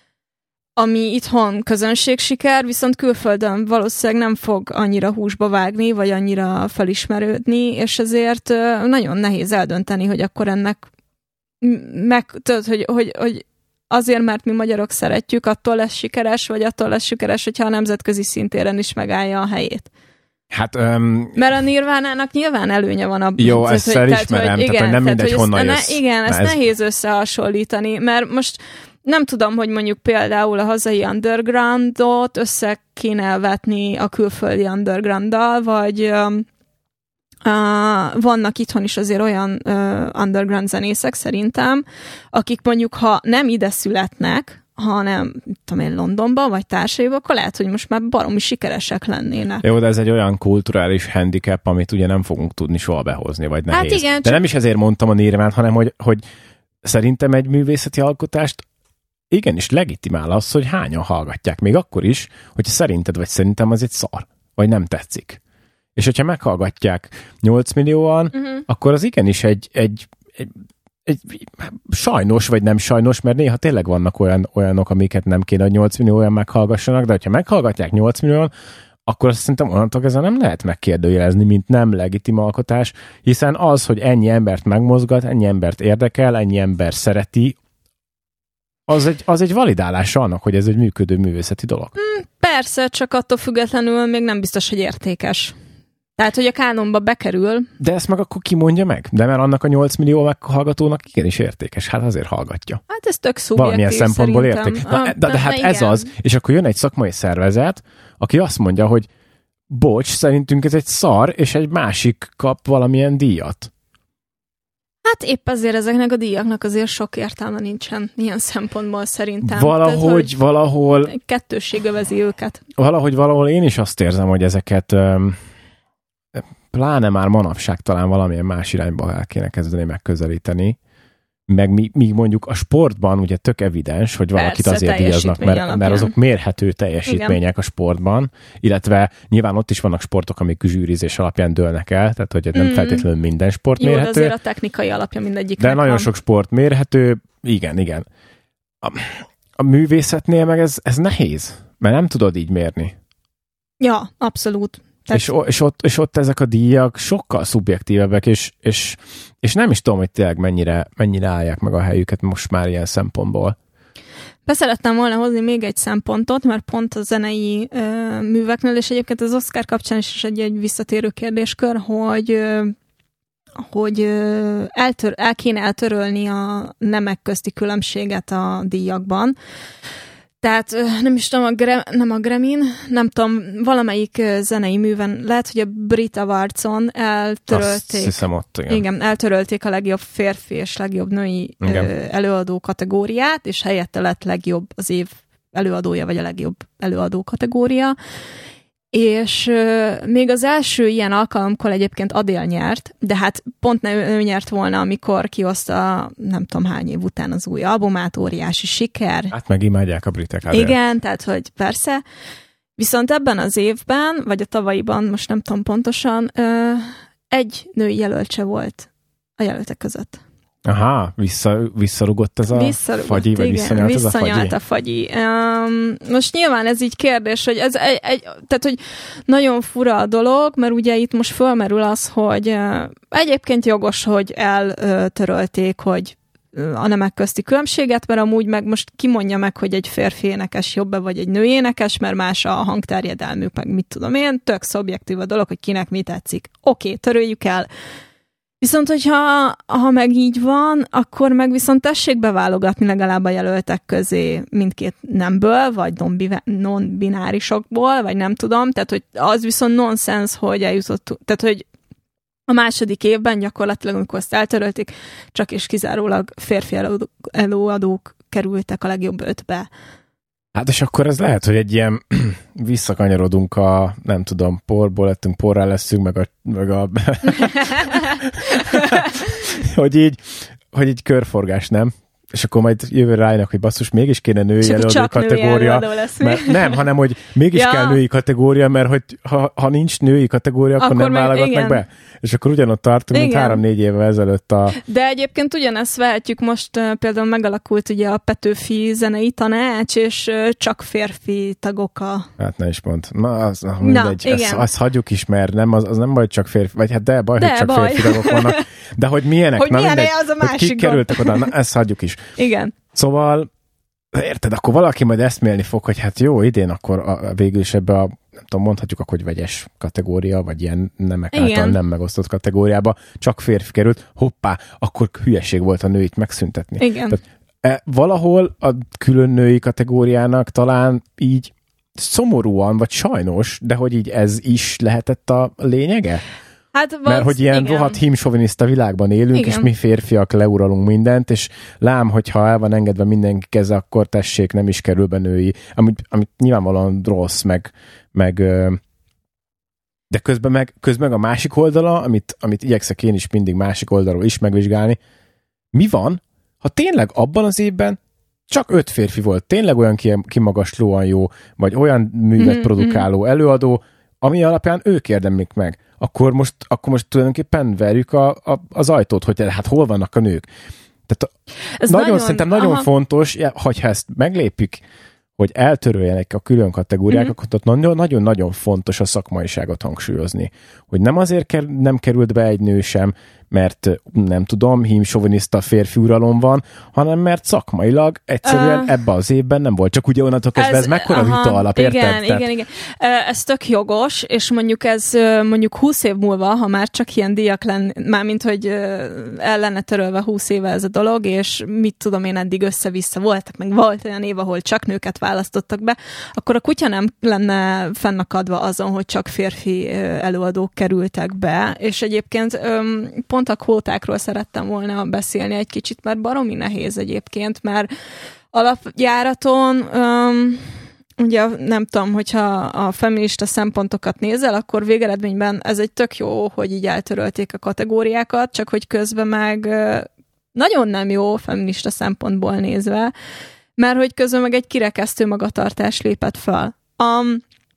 ami itthon közönségsiker, viszont külföldön valószínűleg nem fog annyira húsba vágni, vagy annyira felismerődni, és ezért nagyon nehéz eldönteni, hogy akkor ennek meg, tudod, hogy, hogy, hogy azért, mert mi magyarok szeretjük, attól lesz sikeres, vagy attól lesz sikeres, hogyha a nemzetközi szintéren is megállja a helyét. Hát, um, mert a Nirvánának nyilván előnye van abban. Jó, tehát, ezt felismerem, tehát, hogy, igen, tehát, hogy nem mindegy, tehát, honnan jössz. Ne, igen, ezt ez... nehéz összehasonlítani, mert most nem tudom, hogy mondjuk például a hazai undergroundot össze kéne vetni a külföldi undergrounddal, vagy uh, uh, vannak itthon is azért olyan uh, underground zenészek szerintem, akik mondjuk, ha nem ide születnek, hanem, tudom én, Londonban, vagy társaiba, akkor lehet, hogy most már baromi sikeresek lennének. Jó, de ez egy olyan kulturális handicap, amit ugye nem fogunk tudni soha behozni, vagy nehéz. Hát igen, de csak... nem is ezért mondtam a Nirván, hanem hogy, hogy szerintem egy művészeti alkotást igenis legitimál az, hogy hányan hallgatják, még akkor is, hogyha szerinted vagy szerintem az egy szar, vagy nem tetszik. És hogyha meghallgatják nyolc millióan, uh-huh. akkor az igenis egy, egy, egy, egy sajnos, vagy nem sajnos, mert néha tényleg vannak olyan, olyanok, amiket nem kéne, hogy nyolc millióan meghallgassanak, de hogyha meghallgatják nyolc millióan, akkor azt szerintem onnantól ezzel nem lehet megkérdőjelezni, mint nem legitim alkotás, hiszen az, hogy ennyi embert megmozgat, ennyi embert érdekel, ennyi ember szereti, Az egy, az egy validálása annak, hogy ez egy működő művészeti dolog. Mm, persze, csak attól függetlenül még nem biztos, hogy értékes. Tehát, hogy a kánonba bekerül. De ezt meg akkor ki mondja meg? De mert annak a nyolc millió meghallgatónak igenis értékes. Hát azért hallgatja. Hát ez tök szubjektív. Valamilyen szempontból érték. Na, de, de, de hát ez az, és akkor jön egy szakmai szervezet, aki azt mondja, hogy bocs, szerintünk ez egy szar, és egy másik kap valamilyen díjat. Hát épp ezért ezeknek a díjaknak azért sok értelme nincsen ilyen szempontból szerintem. Valahogy, Tehát, valahol... Kettősség övezi őket. Valahogy, valahol én is azt érzem, hogy ezeket um, pláne már manapság talán valamilyen más irányba el kéne kezdeni megközelíteni. Meg mi, míg mondjuk a sportban ugye tök evidens, hogy valakit Persze, azért díjaznak, mert, mert azok mérhető teljesítmények Igen. a sportban, illetve nyilván ott is vannak sportok, amik zsűrizés alapján dőlnek el, tehát hogy nem mm. feltétlenül minden sport Jó, mérhető. Jó, azért a technikai alapja mindegyiknek De nagyon van. sok sport mérhető, igen, igen. A, a művészetnél meg ez, ez nehéz, mert nem tudod így mérni. Ja, abszolút. Tehát... És, és, ott, és ott ezek a díjak sokkal szubjektívebbek, és, és, és nem is tudom, hogy tényleg mennyire, mennyire állják meg a helyüket most már ilyen szempontból. Beszerettem volna hozni még egy szempontot, mert pont a zenei ö, műveknél, és egyébként az Oscar kapcsán is egy, egy visszatérő kérdéskör, hogy, ö, hogy ö, eltör, el kéne eltörölni a nemek közti különbséget a díjakban. Tehát nem is tudom, a Gra- nem a Grammy-n, nem tudom, valamelyik zenei műven, lehet, hogy a Brit Awards-on eltörölték. Azt hiszem ott, igen. Igen, eltörölték a legjobb férfi és legjobb női igen. előadó kategóriát, és helyette lett legjobb az év előadója, vagy a legjobb előadó kategória. És euh, még az első ilyen alkalomkor egyébként Adele nyert, de hát pont ne, ő nyert volna, amikor kihozta nem tudom hány év után az új albumát, óriási siker. Hát meg imádják a britek Adele. Igen, tehát hogy persze. Viszont ebben az évben, vagy a tavalyiban, most nem tudom pontosan, euh, egy női jelölt se volt a jelöltek között. Aha, vissza, visszarugott ez a visszarugott, fagyi, vagy visszanyalt, visszanyalt ez a fagyi? a fagyi. Um, most nyilván ez így kérdés, hogy ez egy, egy, tehát, hogy nagyon fura a dolog, mert ugye itt most fölmerül az, hogy uh, egyébként jogos, hogy eltörölték, hogy a nemek közti különbséget, mert amúgy meg most kimondja meg, hogy egy férfi énekes jobb-e, vagy egy nő énekes, mert más a hangterjedelmük, meg mit tudom én, tök szubjektív a dolog, hogy kinek mi tetszik. Oké, okay, töröljük el. Viszont, hogyha ha meg így van, akkor meg viszont tessék beválogatni legalább a jelöltek közé mindkét nemből, vagy non-binárisokból, vagy nem tudom. Tehát, hogy az viszont nonsens, hogy eljutott, tehát, hogy a második évben gyakorlatilag, amikor ezt eltörölték, csak és kizárólag férfi előadók kerültek a legjobb ötbe. Hát és akkor ez lehet, hogy egy ilyen visszakanyarodunk a, nem tudom, porból lettünk, porrá leszünk, meg a, meg a hogy így, hogy így körforgás, nem? És akkor majd jövőre rájönnek, hogy basszus, mégis kéne női előadó kategória. Mert nem, hanem, hogy mégis ja. kell női kategória, mert hogy ha, ha nincs női kategória, akkor, akkor nem válogatnak be. És akkor ugyanott tartunk, igen. mint három-négy évvel ezelőtt a... De egyébként ugyanezt vehetjük, most uh, például megalakult ugye a Petőfi zenei tanács, és uh, csak férfi tagok a... Hát ne is mond. Na, az, mindegy, Na, ezt, azt hagyjuk is, mert nem, az, az nem baj, csak férfi, vagy hát de baj, de, hogy csak baj. férfi tagok vannak. De hogy milyenek, hogy na milyen mindegy, az a hogy kik kerültek oda, na ezt hagyjuk is. Igen. Szóval, érted, akkor valaki majd eszmélni fog, hogy hát jó, idén akkor a, végül is ebbe a, nem tudom, mondhatjuk akkor, hogy vegyes kategória, vagy ilyen nemek Igen. által nem megosztott kategóriába, csak férfi került, hoppá, akkor hülyeség volt a nőit megszüntetni. Igen. Tehát, e, valahol a külön női kategóriának talán így szomorúan, vagy sajnos, de hogy így ez is lehetett a lényege? Hát Mert hogy ilyen igen. rohadt hímsoviniszta világban élünk, igen. és mi férfiak leuralunk mindent, és lám, hogyha el van engedve mindenki keze, akkor tessék, nem is kerül be női, amit, amit nyilvánvalóan rossz, meg, meg de közben meg, közben a másik oldala, amit, amit igyekszek én is mindig másik oldalról is megvizsgálni, mi van, ha tényleg abban az évben csak öt férfi volt, tényleg olyan kimagaslóan jó, vagy olyan művet mm-hmm. produkáló előadó, ami alapján ők érdemlik meg. Akkor most, akkor most tulajdonképpen verjük a, a, az ajtót, hogy hát hol vannak a nők. Tehát Ez nagyon, nagyon, szerintem nagyon aha. fontos, hogyha ezt meglépjük, hogy eltöröljenek a külön kategóriákat, mm-hmm. akkor nagyon-nagyon fontos a szakmaiságot hangsúlyozni. Hogy nem azért ker- nem került be egy nő sem, mert nem tudom, hímsoviniszta férfi uralom van, hanem mert szakmailag egyszerűen uh, ebben az évben nem volt. Csak ugye onnantól kezdve ez, ez mekkora aha, vita alap, érted? Igen, Tehát... igen, igen. Ez tök jogos, és mondjuk ez mondjuk húsz év múlva, ha már csak ilyen díjak lenni, mármint, hogy el lenne törölve húsz éve ez a dolog, és mit tudom én, eddig össze-vissza voltak, meg volt olyan év, ahol csak nőket választottak be, akkor a kutya nem lenne fennakadva azon, hogy csak férfi előadók kerültek be, és egyébként pont a kvótákról szerettem volna beszélni egy kicsit, mert baromi nehéz egyébként, mert alapjáraton um, ugye nem tudom, hogyha a feminista szempontokat nézel, akkor végeredményben ez egy tök jó, hogy így eltörölték a kategóriákat, csak hogy közben meg nagyon nem jó feminista szempontból nézve, mert hogy közben meg egy kirekesztő magatartás lépett fel. Um,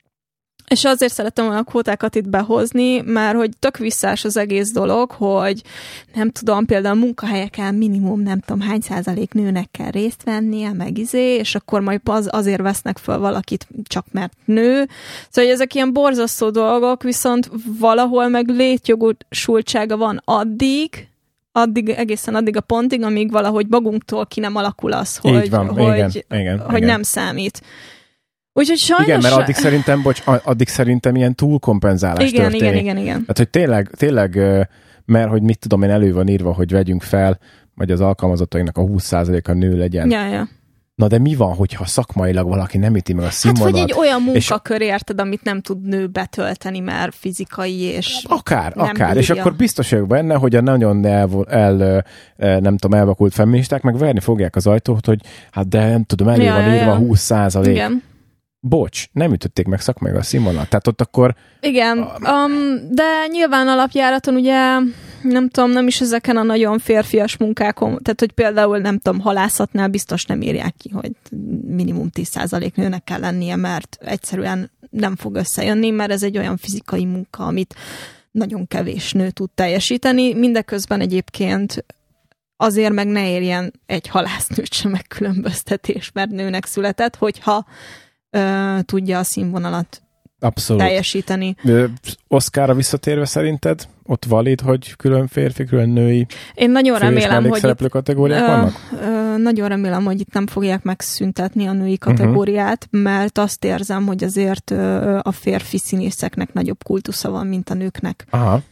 És azért szerettem volna a kvótákat itt behozni, mert hogy tök visszás az egész dolog, hogy nem tudom, például a munkahelyeken minimum nem tudom hány százalék nőnek kell részt vennie, meg izé, és akkor majd az, azért vesznek fel valakit csak mert nő. Szóval hogy ezek ilyen borzasztó dolgok, viszont valahol meg létjogosultsága van addig, addig, egészen addig a pontig, amíg valahogy magunktól ki nem alakul az, hogy, van, hogy, igen, igen, hogy igen. nem számít. Úgyhogy sajnos... Igen, mert addig szerintem, bocs, addig szerintem ilyen túlkompenzálás igen, történik. Igen, igen, igen. Hát, hogy tényleg, tényleg, mert hogy mit tudom én, elő van írva, hogy vegyünk fel, vagy az alkalmazottainknak a húsz százaléka nő legyen. Ja, ja. Na de mi van, hogyha szakmailag valaki nem üti meg a színvonalat? Hát, vagy egy olyan munkakör, érted, amit nem tud nő betölteni, mert fizikai és akár, nem akár. bírja. És akkor biztos vagyok benne, hogy a nagyon el, el, nem tudom, elvakult feministák meg verni fogják az ajtót, hogy hát de nem tudom, elő ja, van írva ja. húsz százalék. Igen. Bocs, nem ütötték meg szakmailag a színvonalat. Tehát ott akkor... Igen, um, de nyilván alapjáraton ugye nem tudom, nem is ezeken a nagyon férfias munkákon, tehát hogy például nem tudom, halászatnál biztos nem írják ki, hogy minimum tíz százalék nőnek kell lennie, mert egyszerűen nem fog összejönni, mert ez egy olyan fizikai munka, amit nagyon kevés nő tud teljesíteni. Mindeközben egyébként azért meg ne érjen egy halásznőt sem megkülönböztetés, mert nőnek született, hogyha ö, tudja a színvonalat Abszolút. teljesíteni. Oscarra visszatérve szerinted ott valid, hogy külön férfi, külön női Én nagyon remélem, hogy szereplő kategóriák ö, vannak? Ö, nagyon remélem, hogy itt nem fogják megszüntetni a női kategóriát, uh-huh. mert azt érzem, hogy azért ö, a férfi színészeknek nagyobb kultusza van, mint a nőknek. Aha.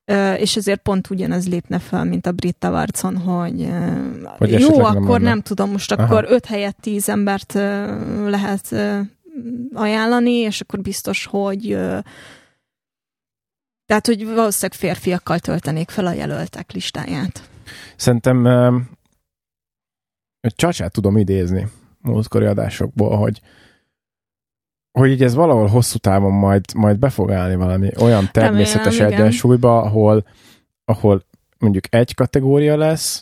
és ezért pont ugyanez lépne fel, mint a Brit Awards-on, hogy, hogy jó, akkor nem, nem tudom, most Aha. akkor öt helyett tíz embert lehet ajánlani, és akkor biztos, hogy tehát, hogy valószínűleg férfiakkal töltenék fel a jelöltek listáját. Szerintem egy csacsát tudom idézni múltkori adásokból, hogy hogy így ez valahol hosszú távon majd, majd be fog állni valami olyan természetes Remélem, egyensúlyba, ahol, ahol mondjuk egy kategória lesz,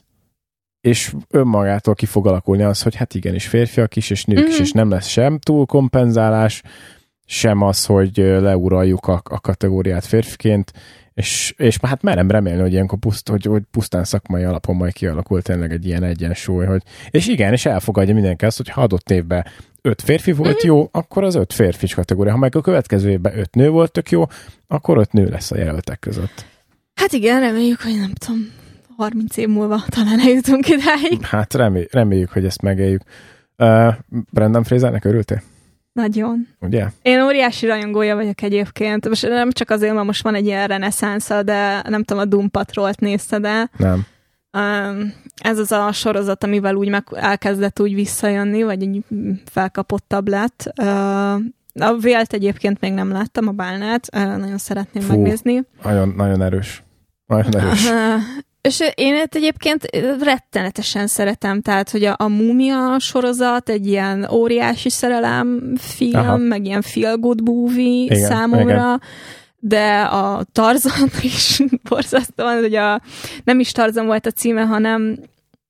és önmagától ki fog alakulni az, hogy hát igenis férfiak is, és nők mm-hmm. is, és nem lesz sem túl kompenzálás, sem az, hogy leuraljuk a, a kategóriát férfiként, és, és hát merem remélni, hogy ilyenkor puszt, hogy, hogy pusztán szakmai alapon majd kialakul tényleg egy ilyen egyensúly, hogy, és igen, és elfogadja mindenki azt, hogy ha adott évben öt férfi volt mm-hmm. jó, akkor az öt férfi kategória. Ha meg a következő évben öt nő volt tök jó, akkor öt nő lesz a jelöltek között. Hát igen, reméljük, hogy nem tudom, harminc év múlva talán eljutunk idáig. Hát remély, reméljük, hogy ezt megéljük. Uh, Brendan Frasernek örültél? Nagyon. Ugye? Én óriási rajongója vagyok egyébként. Most nem csak azért, mert most van egy ilyen reneszánsza, de nem tudom, a Doom Patrolt nézted el. Nem. Um, ez az a sorozat, amivel úgy meg elkezdett úgy visszajönni, vagy egy felkapottabb lett. Uh, a Vélt egyébként még nem láttam, a Bálnát. Uh, nagyon szeretném Fú, megnézni. Nagyon, nagyon erős. Nagyon erős. Uh, és én egyébként rettenetesen szeretem, tehát, hogy a, a Múmia sorozat egy ilyen óriási szerelem film, Aha. meg ilyen feel good movie igen, számomra, igen. De a Tarzan is borzasztóan, hogy a, nem is Tarzan volt a címe, hanem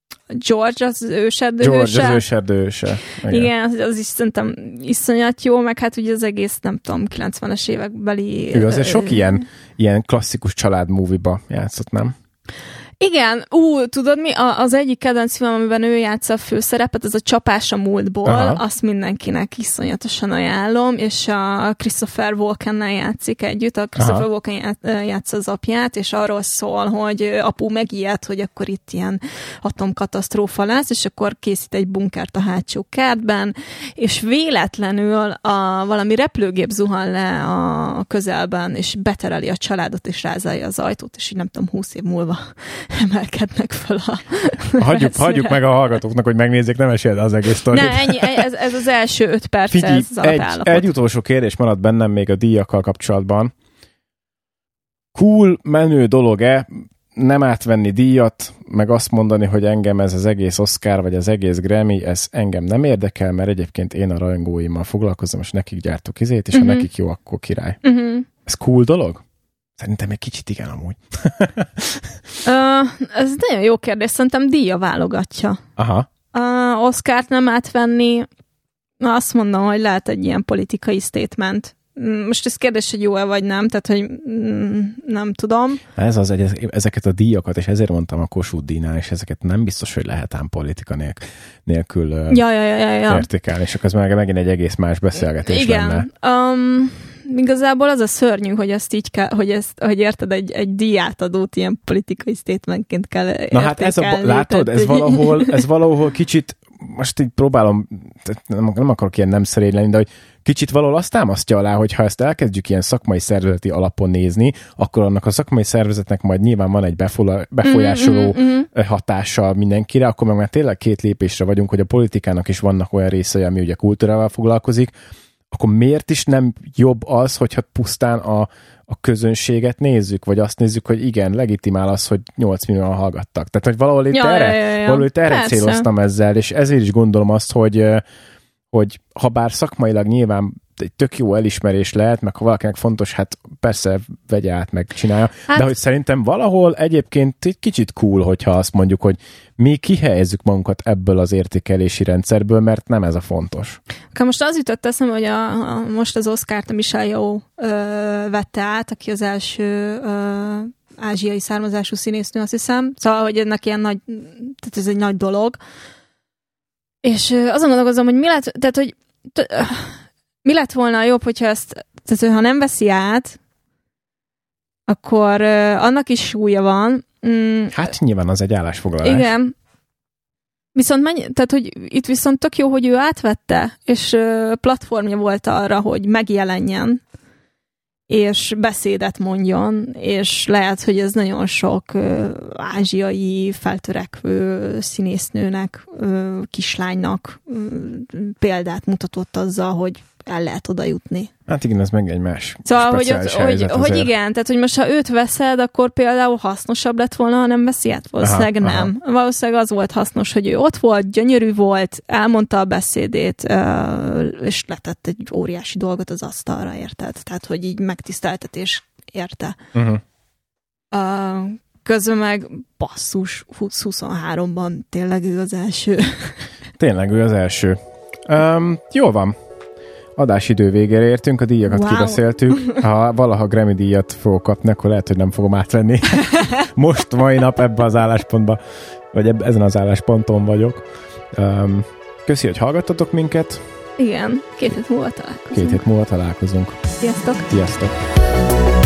George az őserdő George őse. az őserdő őse. Igen, igen az, az is szerintem iszonyat jó, meg hát ugye az egész, nem tudom, kilencvenes évekbeli... Ő azért sok ilyen, ilyen klasszikus család movie-ba játszott, nem? Igen, ú, tudod mi? A, az egyik kedvenc film, amiben ő játsza a főszerepet, az a Csapás a múltból, Aha. azt mindenkinek iszonyatosan ajánlom, és a Christopher Walkennel játszik együtt, a Christopher Aha. Walken játsza az apját, és arról szól, hogy apu megijed, hogy akkor itt ilyen atomkatasztrófa lesz, és akkor készít egy bunkert a hátsó kertben, és véletlenül a, valami repülőgép zuhan le a közelben, és betereli a családot, és rázálja az ajtót, és így nem tudom, húsz év múlva emelkednek fel a... Hagyjuk, hagyjuk meg a hallgatóknak, hogy megnézzék, nem esélyed az egész sztorit. Ne, ennyi, ez, ez az első öt perc, Figyelj, ez az egy, alapállapot. egy utolsó kérdés maradt bennem még a díjakkal kapcsolatban. Cool, menő dolog-e nem átvenni díjat, meg azt mondani, hogy engem ez az egész Oscar, vagy az egész Grammy, ez engem nem érdekel, mert egyébként én a rajongóimmal foglalkozom, és nekik gyártok izét, és uh-huh. ha nekik jó, akkor király. Uh-huh. Ez cool dolog? Szerintem egy kicsit igen amúgy. uh, ez nagyon jó kérdés. Szerintem díja válogatja. Aha. Uh, Oscart nem átvenni, azt mondom, hogy lehet egy ilyen politikai statement. Most ez kérdés, hogy jó-e vagy nem, tehát, hogy mm, nem tudom. Ez az, ezeket a díjakat, és ezért mondtam a Kossuth díjnál, és ezeket nem biztos, hogy lehet ám politika nélkül, nélkül ja, ja, ja, ja. értékelni, és akkor ez meg megint egy egész más beszélgetés igen. lenne. Um, igazából az a szörnyű, hogy ezt így kell, hogy ezt, hogy érted, egy, egy díjátadót ilyen politikai statementként kell értékelni. Na hát ez a, látod, ez valahol, ez valahol kicsit, most így próbálom, nem, nem akarok ilyen nem szerény lenni, de hogy kicsit valahol azt támasztja alá, hogy ha ezt elkezdjük ilyen szakmai szervezeti alapon nézni, akkor annak a szakmai szervezetnek majd nyilván van egy befolyásoló mm-hmm. hatása mindenkire, akkor meg már tényleg két lépésre vagyunk, hogy a politikának is vannak olyan részei, ami ugye kultúrával foglalkozik, akkor miért is nem jobb az, hogyha pusztán a, a közönséget nézzük, vagy azt nézzük, hogy igen, legitimál az, hogy nyolc millióan hallgattak. Tehát, hogy valahol itt ja, erre, ja, ja, ja. Valahol itt erre céloztam ezzel, és ezért is gondolom azt, hogy, hogy ha bár szakmailag nyilván egy tök jó elismerés lehet, meg ha valakinek fontos, hát persze vegye át, meg csinálja, hát, de hogy szerintem valahol egyébként egy kicsit cool, hogyha azt mondjuk, hogy mi kihelyezzük magunkat ebből az értékelési rendszerből, mert nem ez a fontos. Most az jutott eszembe, hogy a, a, most az Oscart a Michelle Yeoh vette át, aki az első ö, ázsiai származású színésznő, azt hiszem. Szóval, hogy ennek ilyen nagy, tehát ez egy nagy dolog. És ö, azon gondolkozom, hogy mi lett, tehát, hogy t- mi lett volna jobb, hogyha ezt, tehát ha nem veszi át, akkor uh, annak is súlya van. Mm, hát nyilván az egy állásfoglalás. Igen. Viszont mennyi, tehát, hogy itt viszont tök jó, hogy ő átvette, és uh, platformja volt arra, hogy megjelenjen. és beszédet mondjon, és lehet, hogy ez nagyon sok ö, ázsiai feltörekvő színésznőnek, ö, kislánynak ö, példát mutatott azzal, hogy el lehet oda jutni. Hát igen, ez meg egy más Szóval, hogy, ott, hogy, hogy igen, tehát hogy most ha őt veszed, akkor például hasznosabb lett volna, ha nem veszi át? Valószínűleg aha, nem. Aha. Valószínűleg az volt hasznos, hogy ő ott volt, gyönyörű volt, elmondta a beszédét, és letett egy óriási dolgot az asztalra, érted? Tehát, hogy így megtiszteltetés érte. Uh-huh. Uh, közben meg basszus, huszonháromban tényleg ő az első. Tényleg ő az első. Um, jól van. Adásidő végére értünk, a díjakat wow. kibeszéltük. Ha valaha Grammy díjat fogok kapni, akkor lehet, hogy nem fogom átvenni. Most, mai nap ebben az álláspontban, vagy eb- ezen az állásponton vagyok. Um, köszi, hogy hallgattatok minket. Igen, két hét múlva találkozunk. Két hét múlva találkozunk. Sziasztok! Sziasztok!